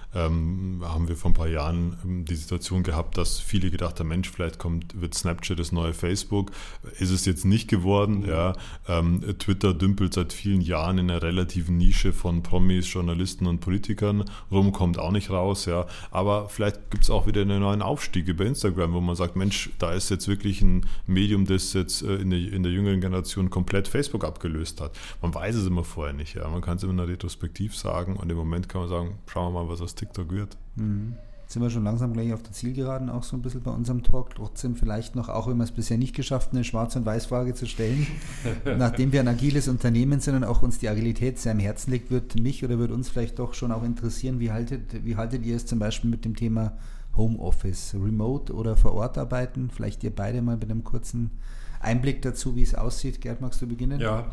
Speaker 3: haben wir vor ein paar Jahren die Situation gehabt, dass viele gedacht haben, Mensch, vielleicht wird Snapchat das neue Facebook. Ist es jetzt nicht geworden. Ja. Twitter dümpelt seit vielen Jahren in einer relativen Nische von Promis, Journalisten und Politikern rum, kommt auch nicht raus. Ja. Aber vielleicht gibt es auch wieder einen neuen Aufstieg über Instagram, wo man sagt, Mensch, da ist jetzt wirklich ein Medium, das jetzt in der jüngeren Generation komplett Facebook abgelöst hat. Man weiß es immer vorher nicht. Ja. Man kann es immer retrospektiv sagen, und im Moment kann man sagen, schauen wir mal, was aus TikTok wird.
Speaker 4: Jetzt sind wir schon langsam gleich auf der Zielgeraden, auch so ein bisschen bei unserem Talk. Trotzdem vielleicht noch, auch wenn wir es bisher nicht geschafft haben, eine Schwarz- und Weiß-Frage zu stellen. Nachdem wir ein agiles Unternehmen sind und auch uns die Agilität sehr am Herzen liegt, wird mich oder wird uns vielleicht doch schon auch interessieren, wie haltet ihr es zum Beispiel mit dem Thema Homeoffice, Remote oder vor Ort arbeiten? Vielleicht ihr beide mal mit einem kurzen Einblick dazu, wie es aussieht. Gerd, magst du beginnen?
Speaker 2: Ja,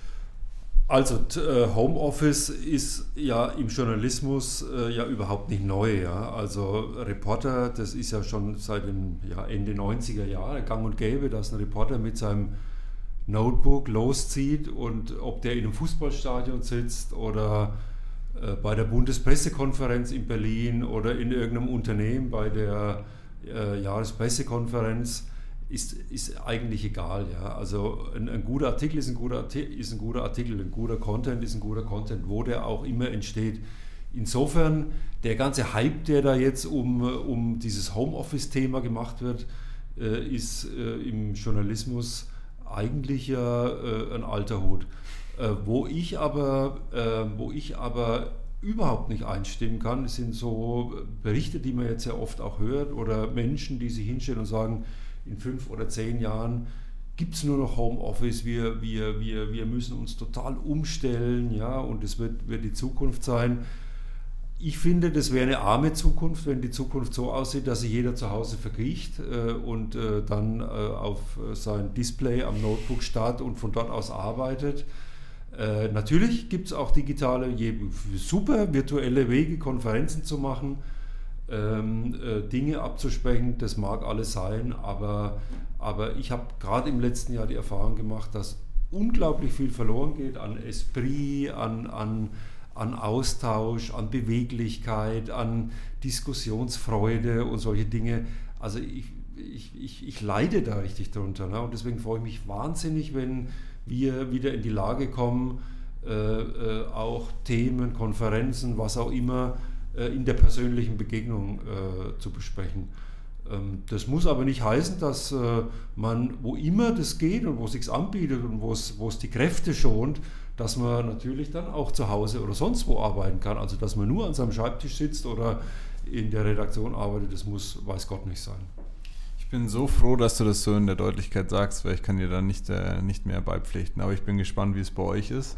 Speaker 2: also Homeoffice ist ja im Journalismus ja überhaupt nicht neu. Ja? Also Reporter, das ist ja schon seit dem Ende 90er Jahre gang und gäbe, dass ein Reporter mit seinem Notebook loszieht, und ob der in einem Fußballstadion sitzt oder bei der Bundespressekonferenz in Berlin oder in irgendeinem Unternehmen bei der Jahrespressekonferenz, ist eigentlich egal. Ja. Also ein guter Artikel ist ein guter Artikel, ein guter Content ist ein guter Content, wo der auch immer entsteht. Insofern, der ganze Hype, der da jetzt um dieses Homeoffice-Thema gemacht wird, ist im Journalismus eigentlich ja ein alter Hut. Wo ich aber überhaupt nicht einstimmen kann, sind so Berichte, die man jetzt ja oft auch hört, oder Menschen, die sich hinstellen und sagen, in 5 oder 10 Jahren gibt es nur noch Homeoffice, wir müssen uns total umstellen, ja, und es wird die Zukunft sein. Ich finde, das wäre eine arme Zukunft, wenn die Zukunft so aussieht, dass sich jeder zu Hause verkriecht und dann auf sein Display am Notebook starrt und von dort aus arbeitet. Natürlich gibt es auch digitale, super virtuelle Wege, Konferenzen zu machen. Dinge abzusprechen, das mag alles sein, aber ich habe gerade im letzten Jahr die Erfahrung gemacht, dass unglaublich viel verloren geht an Esprit, an Austausch, an Beweglichkeit, an Diskussionsfreude und solche Dinge. Also ich leide da richtig drunter, ne? Und deswegen freue ich mich wahnsinnig, wenn wir wieder in die Lage kommen, auch Themen, Konferenzen, was auch immer, in der persönlichen Begegnung zu besprechen. Das muss aber nicht heißen, dass man, wo immer das geht und wo es sich anbietet und wo es die Kräfte schont, dass man natürlich dann auch zu Hause oder sonst wo arbeiten kann. Also dass man nur an seinem Schreibtisch sitzt oder in der Redaktion arbeitet, das muss, weiß Gott, nicht sein.
Speaker 1: Ich bin so froh, dass du das so in der Deutlichkeit sagst, weil ich kann dir da nicht mehr beipflichten. Aber ich bin gespannt, wie es bei euch ist.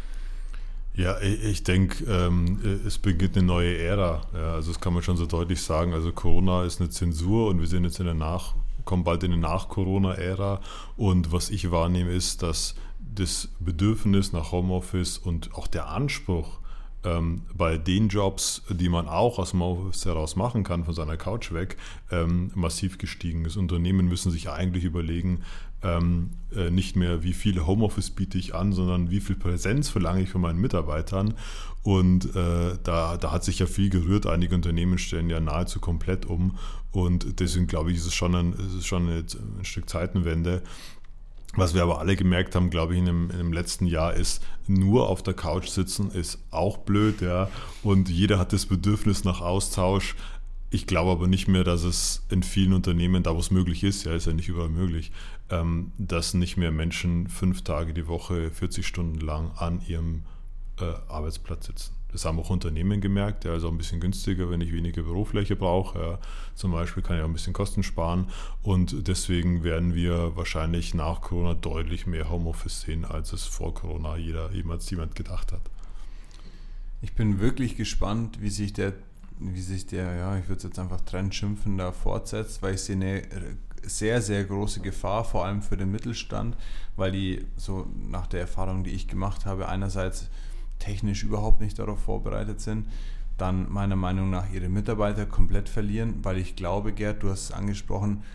Speaker 3: Ja, ich denke, es beginnt eine neue Ära. Ja, also das kann man schon so deutlich sagen. Also Corona ist eine Zensur und wir sind jetzt kommen bald in eine Nach-Corona-Ära. Und was ich wahrnehme, ist, dass das Bedürfnis nach Homeoffice und auch der Anspruch bei den Jobs, die man auch aus dem Homeoffice heraus machen kann, von seiner Couch weg, massiv gestiegen ist. Unternehmen müssen sich eigentlich überlegen, nicht mehr, wie viel Homeoffice biete ich an, sondern wie viel Präsenz verlange ich von meinen Mitarbeitern. Und da hat sich ja viel gerührt. Einige Unternehmen stellen ja nahezu komplett um. Und deswegen glaube ich, ist es schon ein Stück Zeitenwende. Was wir aber alle gemerkt haben, glaube ich, in dem letzten Jahr ist, nur auf der Couch sitzen ist auch blöd, ja. Und jeder hat das Bedürfnis nach Austausch. Ich glaube aber nicht mehr, dass es in vielen Unternehmen, da wo es möglich ist, ja, ist ja nicht überall möglich, dass nicht mehr Menschen 5 Tage die Woche 40 Stunden lang an ihrem Arbeitsplatz sitzen. Das haben auch Unternehmen gemerkt, ja, ist auch ein bisschen günstiger, wenn ich weniger Bürofläche brauche. Ja, zum Beispiel kann ich auch ein bisschen Kosten sparen und deswegen werden wir wahrscheinlich nach Corona deutlich mehr Homeoffice sehen, als es vor Corona jemals jemand gedacht hat.
Speaker 1: Ich bin wirklich gespannt, wie sich der, ja, ich würde es jetzt einfach Trend schimpfen, da fortsetzt, weil ich sehe eine sehr, sehr große Gefahr, vor allem für den Mittelstand, weil die, so nach der Erfahrung, die ich gemacht habe, einerseits technisch überhaupt nicht darauf vorbereitet sind, dann meiner Meinung nach ihre Mitarbeiter komplett verlieren, weil ich glaube, Gerd, du hast es angesprochen,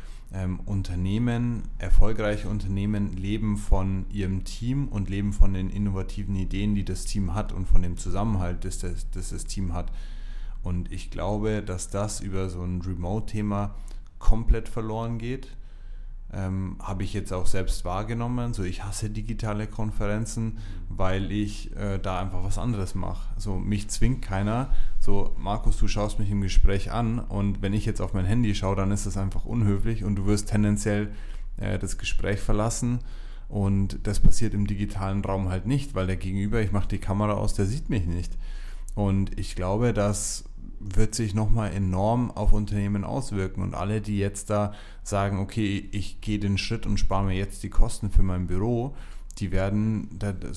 Speaker 1: erfolgreiche Unternehmen leben von ihrem Team und leben von den innovativen Ideen, die das Team hat und von dem Zusammenhalt, das Team hat. Und ich glaube, dass das über so ein Remote-Thema komplett verloren geht. Habe ich jetzt auch selbst wahrgenommen. So, ich hasse digitale Konferenzen, weil ich da einfach was anderes mache. So, mich zwingt keiner. So, Markus, du schaust mich im Gespräch an und wenn ich jetzt auf mein Handy schaue, dann ist das einfach unhöflich und du wirst tendenziell das Gespräch verlassen. Und das passiert im digitalen Raum halt nicht, weil der Gegenüber, ich mache die Kamera aus, der sieht mich nicht. Und ich glaube, das wird sich nochmal enorm auf Unternehmen auswirken und alle, die jetzt da sagen, okay, ich gehe den Schritt und spare mir jetzt die Kosten für mein Büro, die werden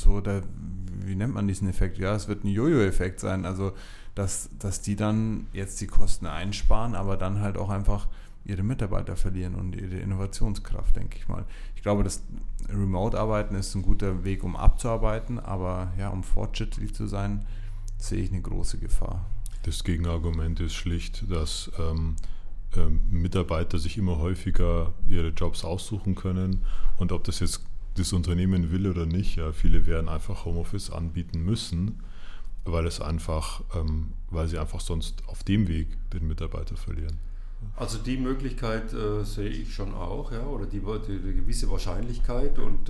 Speaker 1: wie nennt man diesen Effekt? Ja, es wird ein Jojo-Effekt sein, also dass die dann jetzt die Kosten einsparen, aber dann halt auch einfach ihre Mitarbeiter verlieren und ihre Innovationskraft, denke ich mal. Ich glaube, das Remote-Arbeiten ist ein guter Weg, um abzuarbeiten, aber ja, um fortschrittlich zu sein, sehe ich eine große Gefahr.
Speaker 3: Das Gegenargument ist schlicht, dass Mitarbeiter sich immer häufiger ihre Jobs aussuchen können und ob das jetzt das Unternehmen will oder nicht, ja, viele werden einfach Homeoffice anbieten müssen, weil sie einfach sonst auf dem Weg den Mitarbeiter verlieren.
Speaker 2: Also die Möglichkeit sehe ich schon auch, ja, oder die gewisse Wahrscheinlichkeit und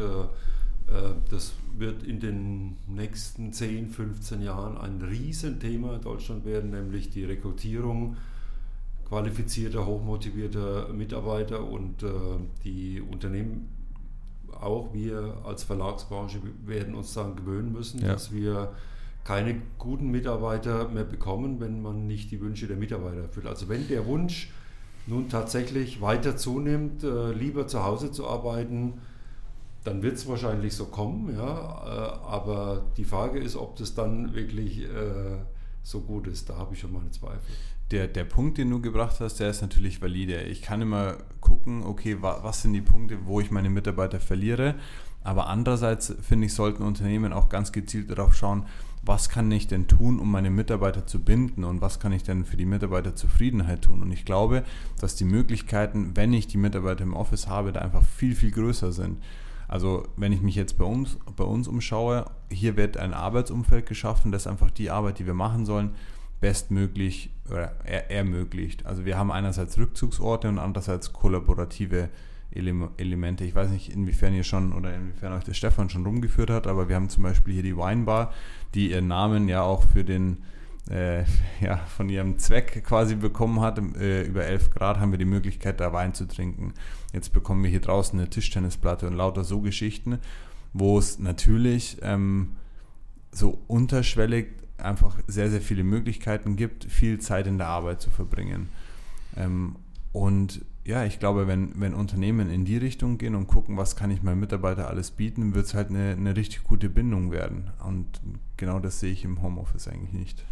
Speaker 2: das wird in den nächsten 10, 15 Jahren ein Riesenthema in Deutschland werden, nämlich die Rekrutierung qualifizierter, hochmotivierter Mitarbeiter und die Unternehmen, auch wir als Verlagsbranche, werden uns daran gewöhnen müssen, dass wir keine guten Mitarbeiter mehr bekommen, wenn man nicht die Wünsche der Mitarbeiter erfüllt. Also wenn der Wunsch nun tatsächlich weiter zunimmt, lieber zu Hause zu arbeiten, dann wird es wahrscheinlich so kommen, ja, aber die Frage ist, ob das dann wirklich so gut ist. Da habe ich schon meine Zweifel.
Speaker 1: Der Punkt, den du gebracht hast, der ist natürlich valide. Ich kann immer gucken, okay, was sind die Punkte, wo ich meine Mitarbeiter verliere. Aber andererseits, finde ich, sollten Unternehmen auch ganz gezielt darauf schauen, was kann ich denn tun, um meine Mitarbeiter zu binden und was kann ich denn für die Mitarbeiterzufriedenheit tun. Und ich glaube, dass die Möglichkeiten, wenn ich die Mitarbeiter im Office habe, da einfach viel, viel größer sind. Also wenn ich mich jetzt bei uns umschaue, hier wird ein Arbeitsumfeld geschaffen, das einfach die Arbeit, die wir machen sollen, bestmöglich oder ermöglicht. Also wir haben einerseits Rückzugsorte und andererseits kollaborative Elemente. Ich weiß nicht, inwiefern ihr schon oder inwiefern euch der Stefan schon rumgeführt hat, aber wir haben zum Beispiel hier die Winebar, die ihren Namen ja auch für den von ihrem Zweck quasi bekommen hat. Über 11 Grad haben wir die Möglichkeit, da Wein zu trinken. Jetzt bekommen wir hier draußen eine Tischtennisplatte und lauter so Geschichten, wo es natürlich so unterschwellig einfach sehr, sehr viele Möglichkeiten gibt, viel Zeit in der Arbeit zu verbringen. Und ja, ich glaube, wenn Unternehmen in die Richtung gehen und gucken, was kann ich meinen Mitarbeitern alles bieten, wird es halt eine richtig gute Bindung werden. Und genau das sehe ich im Homeoffice eigentlich nicht.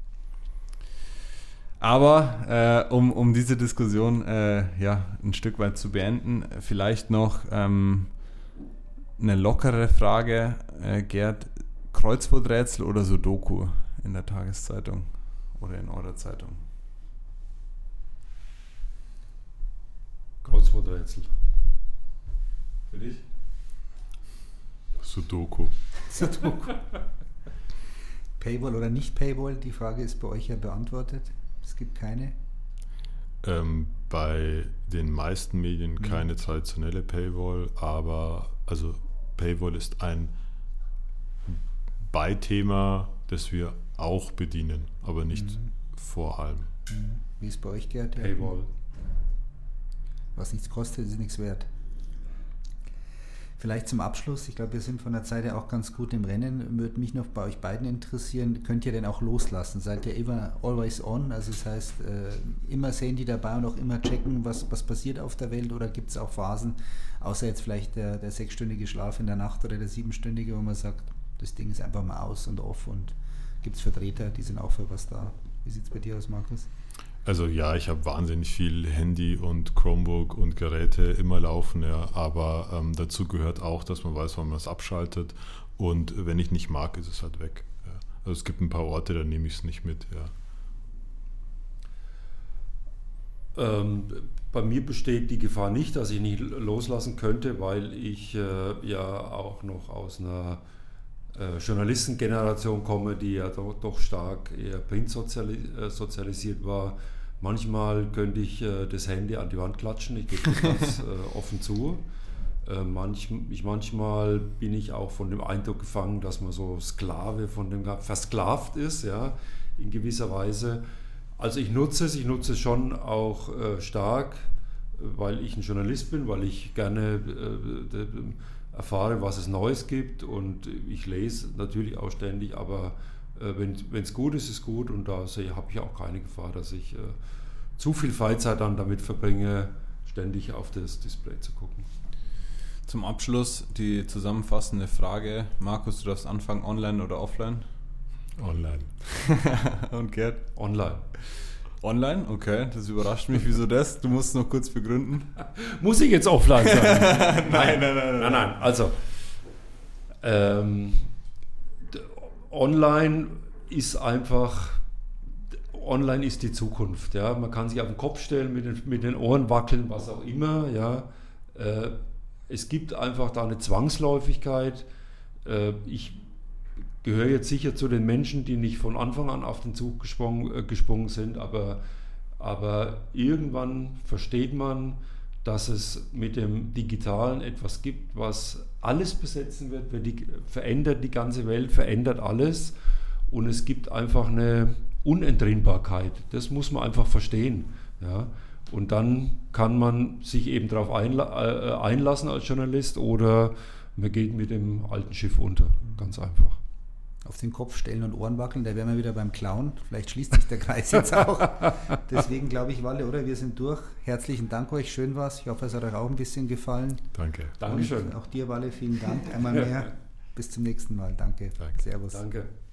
Speaker 1: Aber um diese Diskussion ein Stück weit zu beenden, vielleicht noch eine lockere Frage, Gerd: Kreuzworträtsel oder Sudoku in der Tageszeitung oder in eurer Zeitung?
Speaker 2: Kreuzworträtsel.
Speaker 1: Für dich?
Speaker 3: Sudoku.
Speaker 4: Paywall oder nicht Paywall, die Frage ist bei euch ja beantwortet. Es gibt keine.
Speaker 3: Bei den meisten Medien keine traditionelle Paywall, aber also Paywall ist ein Beithema, das wir auch bedienen, aber nicht vor allem.
Speaker 4: Wie ist bei euch, Gerd?
Speaker 2: Paywall.
Speaker 4: Was nichts kostet, ist nichts wert. Vielleicht zum Abschluss, ich glaube, wir sind von der Zeit her auch ganz gut im Rennen, würde mich noch bei euch beiden interessieren, könnt ihr denn auch loslassen? Seid ihr immer always on, also das heißt, immer sehen die dabei und auch immer checken, was passiert auf der Welt, oder gibt es auch Phasen, außer jetzt vielleicht der 6-stündige Schlaf in der Nacht oder der 7-stündige, wo man sagt, das Ding ist einfach mal aus und off, und gibt es Vertreter, die sind auch für was da? Wie sieht es bei dir aus, Markus?
Speaker 3: Also ja, ich habe wahnsinnig viel Handy und Chromebook und Geräte immer laufen, ja, aber dazu gehört auch, dass man weiß, wann man es abschaltet, und wenn ich nicht mag, ist es halt weg. Ja. Also es gibt ein paar Orte, da nehme ich es nicht mit.
Speaker 2: Ja. Bei mir besteht die Gefahr nicht, dass ich nicht loslassen könnte, weil ich ja auch noch aus einer Journalistengeneration komme, die ja doch stark eher print sozialisiert war. Manchmal könnte ich das Handy an die Wand klatschen, ich gebe das ganz offen zu. Manchmal bin ich auch von dem Eindruck gefangen, dass man so Sklave von dem versklavt ist, ja, in gewisser Weise. Also ich nutze es schon auch stark, weil ich ein Journalist bin, weil ich gerne erfahre, was es Neues gibt, und ich lese natürlich auch ständig, aber wenn es gut ist, ist es gut, und da habe ich auch keine Gefahr, dass ich zu viel Freizeit dann damit verbringe, ständig auf das Display zu gucken.
Speaker 1: Zum Abschluss die zusammenfassende Frage. Markus, du darfst anfangen, online oder offline?
Speaker 3: Online.
Speaker 1: Und Gerd?
Speaker 2: Online.
Speaker 1: Online? Okay, das überrascht mich. Wieso das? Du musst es noch kurz begründen.
Speaker 2: Muss ich jetzt offline sein?
Speaker 1: Nein.
Speaker 2: Also, online ist einfach, online ist die Zukunft. Ja? Man kann sich auf den Kopf stellen, mit den Ohren wackeln, was auch immer. Ja? Es gibt einfach da eine Zwangsläufigkeit. Ich gehöre jetzt sicher zu den Menschen, die nicht von Anfang an auf den Zug gesprungen sind, aber irgendwann versteht man, dass es mit dem Digitalen etwas gibt, was alles besetzen wird, verändert die ganze Welt, verändert alles, und es gibt einfach eine Unentrinnbarkeit. Das muss man einfach verstehen. Ja? Und dann kann man sich eben darauf einlassen als Journalist, oder man geht mit dem alten Schiff unter. Ganz einfach.
Speaker 4: Auf den Kopf stellen und Ohren wackeln, da wären wir wieder beim Clown. Vielleicht schließt sich der Kreis jetzt auch. Deswegen glaube ich, Walle, oder? Wir sind durch. Herzlichen Dank euch, schön war's. Ich hoffe, es hat euch auch ein bisschen gefallen.
Speaker 3: Danke.
Speaker 2: Dankeschön.
Speaker 4: Und auch dir, Walle, vielen Dank. Einmal mehr. Bis zum nächsten Mal. Danke.
Speaker 3: Danke.
Speaker 4: Servus.
Speaker 2: Danke.